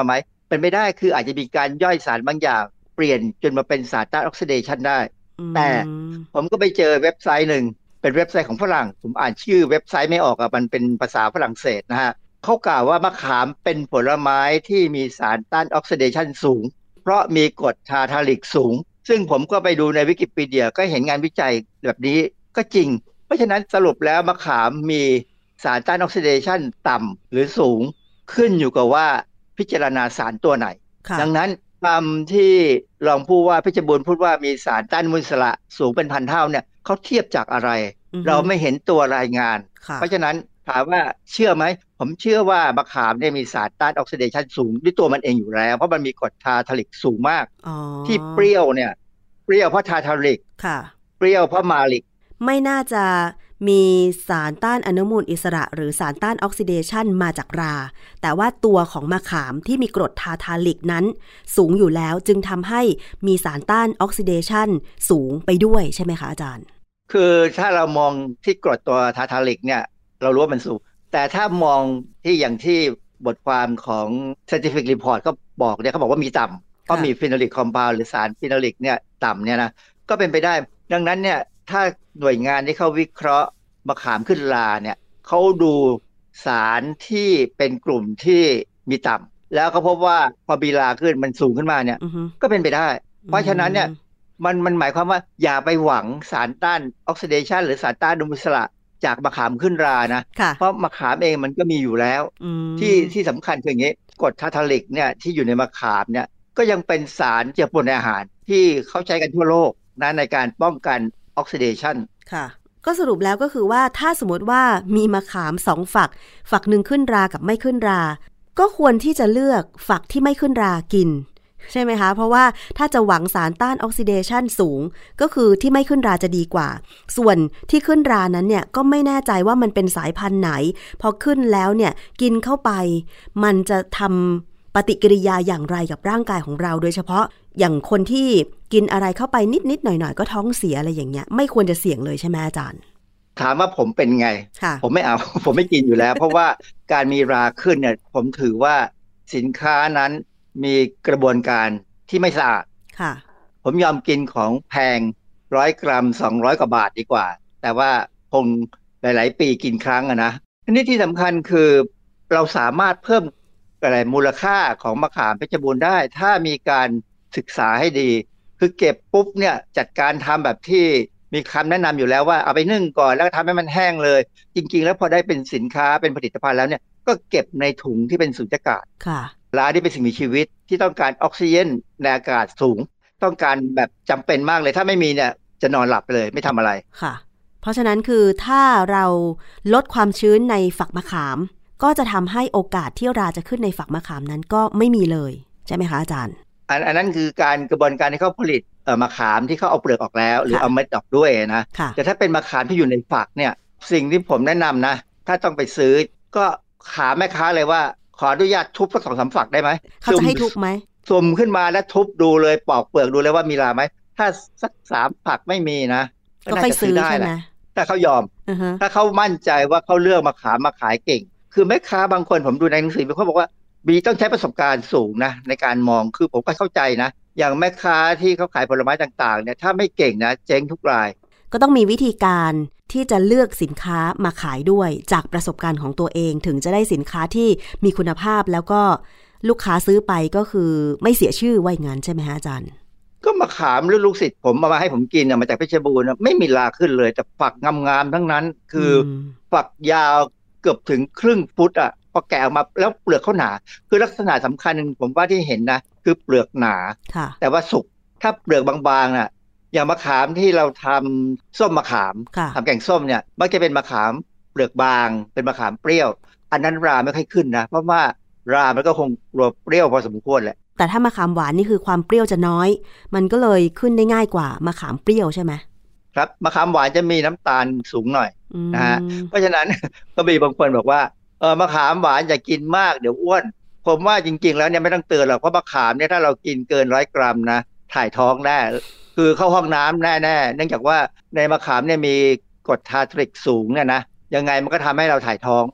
[SPEAKER 6] เป็นไม่ได้คืออาจจะมีการย่อยสารบางอย่างเปลี่ยนจนมาเป็นสารต้านออกซิเดชันได้แต่ผมก็ไปเจอเว็บไซต์หนึ่งเป็นเว็บไซต์ของฝรั่งผมอ่านชื่อเว็บไซต์ไม่ออกอ่ะมันเป็นภาษาฝรั่งเศสนะฮะเขากล่าวว่ามะขามเป็นผลไม้ที่มีสารต้านออกซิเดชันสูงเพราะมีกรดทาร์ทาริกสูงซึ่งผมก็ไปดูในวิกิพีเดียก็เห็นงานวิจัยแบบนี้ก็จริงเพราะฉะนั้นสรุปแล้วมะขามมีสารต้านออกซิเดชันต่ำหรือสูงขึ้นอยู่กับว่าพิจารณาสารตัวไหนดังนั้นคำที่รองผู้ว่าเพชรบูรณ์พูดว่ามีสารต้านอนุมูลอิสระสูงเป็นพันเท่าเนี่ยเขาเทียบจากอะไรเราไม่เห็นตัวรายงานเพราะฉะนั้นถามว่าเชื่อไหมผมเชื่อว่ามะขามเนี่ยมีสารต้านออกซิเดชันสูงด้วยตัวมันเองอยู่แล้วเพราะมันมีกรดทาร์ทาริกสูงมากที่เปรี้ยวเนี่ยเปรี้ยวเพราะทาร์ทาริกเปรี้ยวเพราะมาลิก
[SPEAKER 5] ไม่น่าจะมีสารต้านอนุมูลอิสระหรือสารต้านออกซิเดชันมาจากราแต่ว่าตัวของมะขามที่มีกรดทาร์ทาริกนั้นสูงอยู่แล้วจึงทำให้มีสารต้านออกซิเดชันสูงไปด้วยใช่ไหมคะอาจารย์
[SPEAKER 6] คือถ้าเรามองที่กรดตัวทาร์ทาริกเนี่ยเรารู้ว่ามันสูงแต่ถ้ามองที่อย่างที่บทความของ Scientific Report ก็บอกเนี่ยเขาบอกว่ามีต่ำเพราะมีฟีนอลิกคอมเพลหรือสารฟีนอลิกเนี่ยต่ำเนี่ยนะก็เป็นไปได้ดังนั้นเนี่ยถ้าหน่วยงานที่เขาวิเคราะห์มะขามขึ้นราเนี่ยเขาดูสารที่เป็นกลุ่มที่มีต่ำแล้วเขาพบว่าพอมีราขึ้นมันสูงขึ้นมาเนี่ยก็เป็นไปได้เพราะฉะนั้นเนี่ยมันหมายความว่าอย่าไปหวังสารต้านออกซิเดชันหรือสารต้านอนุมูลอิสระจากมะขามขึ้นรานะเพราะมะขามเองมันก็มีอยู่แล้วที่สำคัญคืออย่างนี้กรดทาร์ทาริกเนี่ยที่อยู่ในมะขามเนี่ยก็ยังเป็นสารเจือปนในอาหารที่เขาใช้กันทั่วโลกนะในการป้องกันออกซิเดชัน
[SPEAKER 5] ค่ะก็สรุปแล้วก็คือว่าถ้าสมมติว่ามีมะขาม2ฝักหนึ่งขึ้นรากับไม่ขึ้นราก็ควรที่จะเลือกฝักที่ไม่ขึ้นรากินใช่ไหมคะเพราะว่าถ้าจะหวังสารต้านออกซิเดชันสูงก็คือที่ไม่ขึ้นราจะดีกว่าส่วนที่ขึ้นรานั้นเนี่ยก็ไม่แน่ใจว่ามันเป็นสายพันธุ์ไหนพอขึ้นแล้วเนี่ยกินเข้าไปมันจะทำปฏิกิริยาอย่างไรกับร่างกายของเราโดยเฉพาะอย่างคนที่กินอะไรเข้าไปนิดๆหน่อยๆก็ท้องเสียอะไรอย่างเงี้ยไม่ควรจะเสี่ยงเลยใช่ไหมอาจารย์
[SPEAKER 6] ถามว่าผมเป็นไงผมไม่เอา ผมไม่กินอยู่แล้ว เพราะว่าการมีราขึ้นเนี่ยผมถือว่าสินค้านั้นมีกระบวนการที่ไม่สะอาดผมยอมกินของแพง100 กรัม200 กว่าบาทดีกว่าแต่ว่าคงหลายๆปีกินครั้งนะอันนี้ที่สำคัญคือเราสามารถเพิ่มมูลค่าของมะขามเพชรบูรณ์ได้ถ้ามีการศึกษาให้ดีคือเก็บปุ๊บเนี่ยจัดการทำแบบที่มีคำแนะนำอยู่แล้วว่าเอาไปนึ่งก่อนแล้วทำให้มันแห้งเลยจริงๆแล้วพอได้เป็นสินค้าเป็นผลิตภัณฑ์แล้วเนี่ยก็เก็บในถุงที่เป็นสุญญากาศปลาที่เป็นสิ่งมีชีวิตที่ต้องการออกซิเจนในอากาศสูงต้องการแบบจำเป็นมากเลยถ้าไม่มีเนี่ยจะนอนหลับไปเลยไม่ทำอะไร
[SPEAKER 5] ค่ะเพราะฉะนั้นคือถ้าเราลดความชื้นในฝักมะขามก็จะทำให้โอกาสที่ราจะขึ้นในฝักมะขามนั้นก็ไม่มีเลยใช่ไหมคะอาจารย์
[SPEAKER 6] อันนั้นคือการกระบวนการที่เขาผลิตมะขามที่เขาเอาเปลือกออกแล้วหรือเอาเม็ดออกด้วยนะแต่ถ้าเป็นมะขามที่อยู่ในฝักเนี่ยสิ่งที่ผมแนะนำนะถ้าต้องไปซื้อก็ขาแม่ค้าเลยว่าขออนุญาตทุบสัก 2-3 ฝักได้ไหม
[SPEAKER 5] เขาจะให้ทุบไหม
[SPEAKER 6] สุ่มขึ้นมาแล้วทุบดูเลยปอกเปลือกดูเลยว่ามีราไหมถ้าสัก3 ฝักไม่มีนะ
[SPEAKER 5] ก็ค่อยซื้อได้แหละ
[SPEAKER 6] ถ้าเขายอมถ้าเขามั่นใจว่าเขาเลือกมะขามมาขายเก่งคือแม่ค้าบางคนผมดูในหนังสือเขาบอกว่าบีต้องใช้ประสบการณ์สูงนะในการมองคือผมก็เข้าใจนะอย่างแม่ค้าที่เขาขายผลไม้ต่างๆเนี่ยถ้าไม่เก่งนะเจ๊งทุกราย
[SPEAKER 5] ก็ต้องมีวิธีการที่จะเลือกสินค้ามาขายด้วยจากประสบการณ์ของตัวเองถึงจะได้สินค้าที่มีคุณภาพแล้วก็ลูกค้าซื้อไปก็คือไม่เสียชื่อว่าอย่างนั้นใช่ไหมฮะอาจารย์
[SPEAKER 6] ก็มะขามลูกศิษย์ผมมาให้ผมกินมาจากเพชรบูรณ์ไม่มีราขึ้นเลยแต่ฝักงามๆทั้งนั้นคือฝักยาวเกือบถึงครึ่งฟุตอ่ะพอแกะออกมาแล้วเปลือกเขาหนาคือลักษณะสำคัญนึงผมว่าที่เห็นนะคือเปลือกหนาแต่ว่าสุกถ้าเปลือกบางๆน่ะอย่างมะขามที่เราทำส้มมะขามทำแกงส้มเนี่ยมักจะเป็นมะขามเปลือกบางเป็นมะขามเปรี้ยวอันนั้นราไม่ค่อยขึ้นนะเพราะว่ารามันก็คงเปรี้ยวพอสมควรแหละ
[SPEAKER 5] แต่ถ้ามะขามหวานนี่คือความเปรี้ยวจะน้อยมันก็เลยขึ้นได้ง่ายกว่ามะขามเปรี้ยวใช่ไหม
[SPEAKER 6] ครับมะขามหวานจะมีน้ำตาลสูงหน่อยนะฮะเพราะฉะนั้นก็มีบางคนบอกว่ามะขามหวานอย่ากินมากเดี๋ยวอ้วนผมว่าจริงๆแล้วเนี่ยไม่ต้องเตือนหรอกเพราะมะขามเนี่ยถ้าเรากินเกิน100 กรัมนะถ่ายท้องแน่คือเข้าห้องน้ำแน่ๆเนื่องจากว่าในมะขามเนี่ยมีกรดทาร์ทาริกสูงเนี่ยนะยังไงมันก็ทำให้เราถ่ายท้อง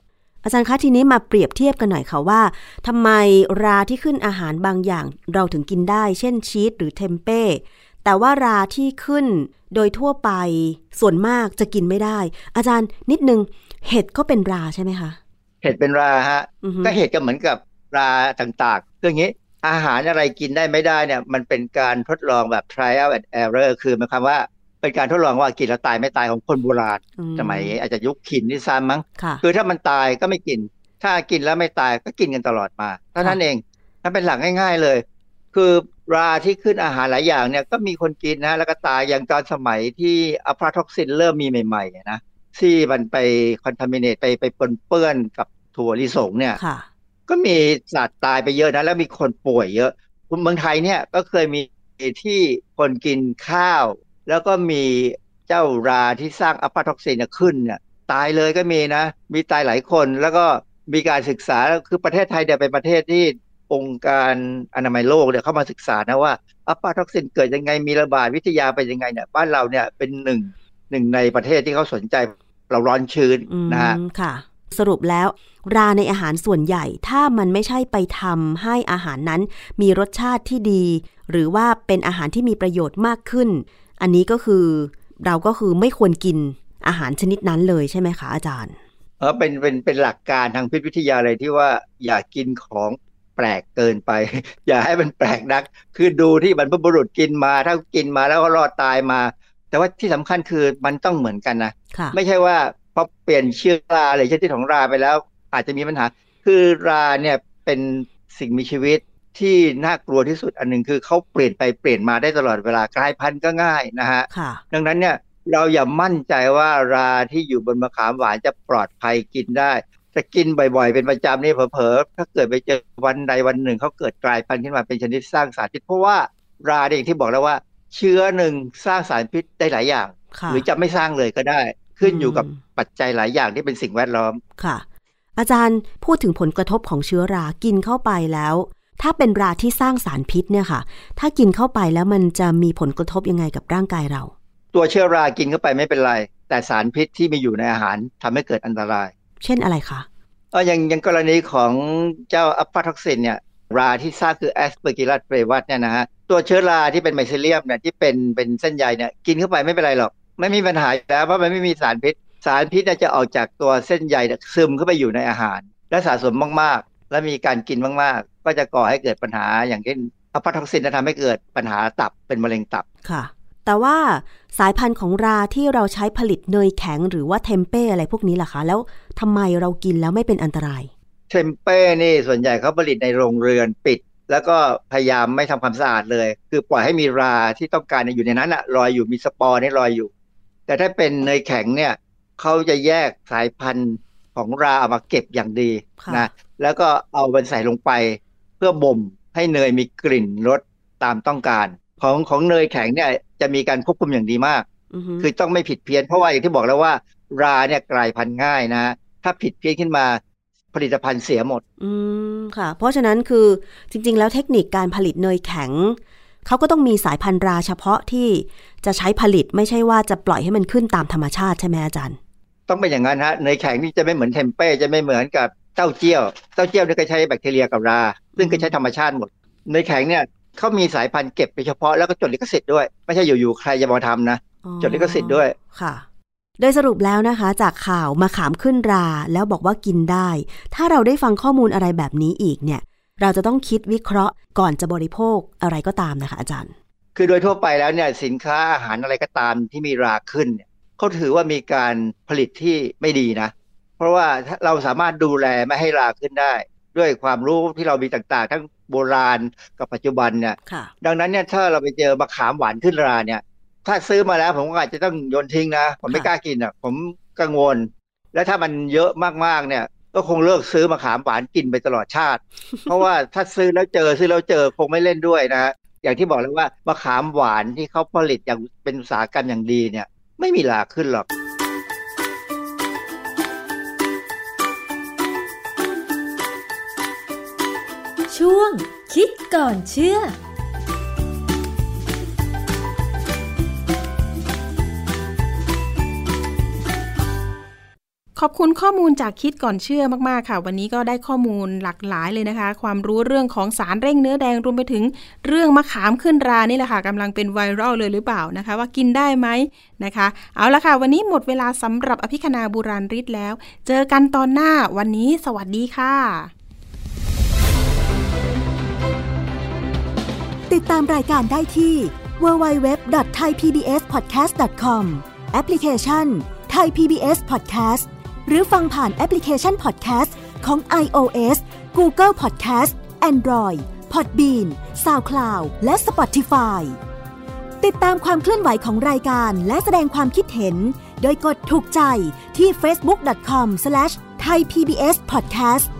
[SPEAKER 5] อาจารย์คะทีนี้มาเปรียบเทียบกันหน่อยค่ะว่าทำไมราที่ขึ้นอาหารบางอย่างเราถึงกินได้เช่นชีสหรือเทมเป้แต่ว่าราที่ขึ้นโดยทั่วไปส่วนมากจะกินไม่ได้อาจารย์นิดนึงเห็ดก็เป็นราใช่ไหมคะ
[SPEAKER 6] เห็ดเป็นราฮะก็เห็ดก็เหมือนกับราต่างๆคืออย่างนี้อาหารอะไรกินได้ไม่ได้เนี่ยมันเป็นการทดลองแบบ trial and error คือหมายความว่าเป็นการทดลองว่ากินแล้วตายไม่ตายของคนโบราณสมัยอาจจะยุคขินที่ซ้ำมั้งคือถ้ามันตายก็ไม่กินถ้ากินแล้วไม่ตายก็กินกันตลอดมาเท่านั้นเองนั่นเป็นหลักง่ายๆเลยคือราที่ขึ้นอาหารหลายอย่างเนี่ยก็มีคนกินนะแล้วก็ตายอย่างตอนสมัยที่อะฟลาท็อกซินเริ่มมีใหม่ๆนะที่มันไปคอนทามิเนตไปปนเปื้อนกับถั่วลิสงเนี่ยก็มีสัตว์ตายไปเยอะนะแล้วมีคนป่วยเยอะเมืองไทยเนี่ยก็เคยมีที่คนกินข้าวแล้วก็มีเจ้าราที่สร้างอะฟลาท็อกซินขึ้นเนี่ยตายเลยก็มีนะมีตายหลายคนแล้วก็มีการศึกษาคือประเทศไทยเนี่ยเป็นประเทศที่องค์การอนามัยโลกเนี่ยเข้ามาศึกษานะว่าอะฟลาท็อกซินเกิดยังไงมีระบาดวิทยาเป็นยังไงเนี่ยบ้านเราเนี่ยเป็นหนึ่งในประเทศที่เขาสนใจเราร้อนชื้นนะฮะ
[SPEAKER 5] ค่ะสรุปแล้วราในอาหารส่วนใหญ่ถ้ามันไม่ใช่ไปทำให้อาหารนั้นมีรสชาติที่ดีหรือว่าเป็นอาหารที่มีประโยชน์มากขึ้นอันนี้ก็คือเราก็คือไม่ควรกินอาหารชนิดนั้นเลยใช่ไหมคะอาจารย์
[SPEAKER 6] เป็นหลักการทางพิษวิทยาเลยที่ว่าอย่ากินของแปลกเกินไป อย่าให้มันแปลกนักคือดูที่บรรพบุรุษกินมาถ้ากินมาแล้วก็รอดตายมาแต่ว่าที่สำคัญคือมันต้องเหมือนกันนะไม่ใช่ว่าพอเปลี่ยนเชื้อราอะไรเช่นที่ของราไปแล้วอาจจะมีปัญหาคือราเนี่ยเป็นสิ่งมีชีวิตที่น่ากลัวที่สุดอันหนึ่งคือเขาเปลี่ยนไปเปลี่ยนมาได้ตลอดเวลากลายพันธุ์ก็ง่ายนะฮะดังนั้นเนี่ยเราอย่ามั่นใจว่าราที่อยู่บนมะขามหวานจะปลอดภัยกินได้จะกินบ่อยๆเป็นประจำนี่เผลอๆถ้าเกิดไปเจอวันใดวันหนึ่งเขาเกิดกลายพันธุ์ขึ้นมาเป็นชนิดสร้างสารพิษเพราะว่าราอย่างที่บอกแล้วว่าเชื้อหนึ่งสร้างสารพิษได้หลายอย่างหรือจะไม่สร้างเลยก็ได้ขึ้นอยู่กับปัจจัยหลายอย่างที่เป็นสิ่งแวดล้อม
[SPEAKER 5] ค่ะอาจารย์พูดถึงผลกระทบของเชื้อรากินเข้าไปแล้วถ้าเป็นราที่สร้างสารพิษเนี่ยค่ะถ้ากินเข้าไปแล้วมันจะมีผลกระทบยังไงกับร่างกายเรา
[SPEAKER 6] ตัวเชื้อรากินเข้าไปไม่เป็นไรแต่สารพิษที่มีอยู่ในอาหารทำให้เกิดอันตราย
[SPEAKER 5] เช่นอะไรคะ
[SPEAKER 6] อย่างกรณีของเจ้าอะฟลาท็อกซินเนี่ยราที่สร้างคือแอสเปอร์กิลัสเฟรวัสเนี่ยนะฮะตัวเชื้อราที่เป็นไมซิเลียมเนี่ยที่เป็นเส้นใยเนี่ยกินเข้าไปไม่เป็นไรหรอกไม่มีปัญหาแล้วเพราะมันไม่มีสารพิษจะออกจากตัวเส้นใยซึมเข้าไปอยู่ในอาหารและสะสมมากๆและมีการกินมากๆก็จะก่อให้เกิดปัญหาอย่างเช่นอะฟลาท็อกซินจะทำให้เกิดปัญหาตับเป็นมะเร็งตับ
[SPEAKER 5] ค่ะแต่ว่าสายพันธุ์ของราที่เราใช้ผลิตเนยแข็งหรือว่าเทมเป้อะไรพวกนี้ล่ะคะแล้วทำไมเรากินแล้วไม่เป็นอันตราย
[SPEAKER 6] เทมเป้นี่ส่วนใหญ่เขาผลิตในโรงเรือนปิดแล้วก็พยายามไม่ทำความสะอาดเลยคือปล่อยให้มีราที่ต้องการอยู่ในนั้นอะลอยอยู่มีสปอร์นี่ลอยอยู่แต่ถ้าเป็นเนยแข็งเนี่ยเขาจะแยกสายพันธุ์ของราเอามาเก็บอย่างดีนะแล้วก็เอามันใส่ลงไปเพื่อบ่มให้เนยมีกลิ่นรสตามต้องการของเนยแข็งเนี่ยจะมีการควบคุมอย่างดีมากคือต้องไม่ผิดเพี้ยนเพราะว่าอย่างที่บอกแล้วว่าราเนี่ยกลายพันธุ์ง่ายนะถ้าผิดเพี้ยนขึ้นมาผลิตภัณฑ์เสียหมด
[SPEAKER 5] ค่ะเพราะฉะนั้นคือจริงๆแล้วเทคนิคการผลิตเนยแข็งเขาก็ต้องมีสายพันธุ์ราเฉพาะที่จะใช้ผลิตไม่ใช่ว่าจะปล่อยให้มันขึ้นตามธรรมชาติใช่ไหมอาจารย์
[SPEAKER 6] ต้องเป็นอย่างนั้นฮะเนยแข็งนี่จะไม่เหมือนเทมเป้จะไม่เหมือนกับเต้าเจี้ยวนี่ก็ใช้แบคทีเรียกับราซึ่งก็ใช้ธรรมชาติหมดเนยแข็งเนี่ยเขามีสายพันธุ์เก็บโดยเฉพาะแล้วก็จดลิขสิทธิ์ด้วยไม่ใช่อยู่ๆใครจะมาทำนะจดลิขสิทธิ์ด้วย
[SPEAKER 5] ค่ะโดยสรุปแล้วนะคะจากข่าวมะขามขึ้นราแล้วบอกว่ากินได้ถ้าเราได้ฟังข้อมูลอะไรแบบนี้อีกเนี่ยเราจะต้องคิดวิเคราะห์ก่อนจะบริโภคอะไรก็ตามนะคะอาจารย์
[SPEAKER 6] คือโดยทั่วไปแล้วเนี่ยสินค้าอาหารอะไรก็ตามที่มีราขึ้นเนี่ยเขาถือว่ามีการผลิตที่ไม่ดีนะเพราะว่าเราสามารถดูแลไม่ให้ราขึ้นได้ด้วยความรู้ที่เรามีต่างๆทั้งโบราณกับปัจจุบันเนี่ยดังนั้นเนี่ยถ้าเราไปเจอมะขามหวานขึ้นราเนี่ยถ้าซื้อมาแล้วผมก็อาจจะต้องโยนทิ้งนะผมไม่กล้ากินอ่ะผมกังวลและถ้ามันเยอะมากๆเนี่ยก็คงเลิกซื้อมะขามหวานกินไปตลอดชาติ เพราะว่าถ้าซื้อแล้วเจอคงไม่เล่นด้วยนะอย่างที่บอกแล้วว่ามะขามหวานที่เขาผลิตอย่างเป็นอุตสาหกรรมอย่างดีเนี่ยไม่มีราขึ้นหรอก
[SPEAKER 4] ช่วงคิดก่อนเชื่อ
[SPEAKER 2] ขอบคุณข้อมูลจากคิดก่อนเชื่อมากๆค่ะวันนี้ก็ได้ข้อมูลหลากหลายเลยนะคะความรู้เรื่องของสารเร่งเนื้อแดงรวมไปถึงเรื่องมะขามขึ้นรานี่แหละค่ะกำลังเป็นไวรัลเลยหรือเปล่านะคะว่ากินได้ไหมนะคะเอาละค่ะวันนี้หมดเวลาสำหรับอภิคณาบุราริศแล้วเจอกันตอนหน้าวันนี้สวัสดีค่ะ
[SPEAKER 5] ติดตามรายการได้ที่ www.thaipbspodcast.com แอปพลิเคชัน Thai PBS Podcast หรือฟังผ่านแอปพลิเคชัน Podcast ของ iOS Google Podcast Android Podbean SoundCloud และ Spotify ติดตามความเคลื่อนไหวของรายการและแสดงความคิดเห็นโดยกดถูกใจที่ facebook.com/thaipbspodcast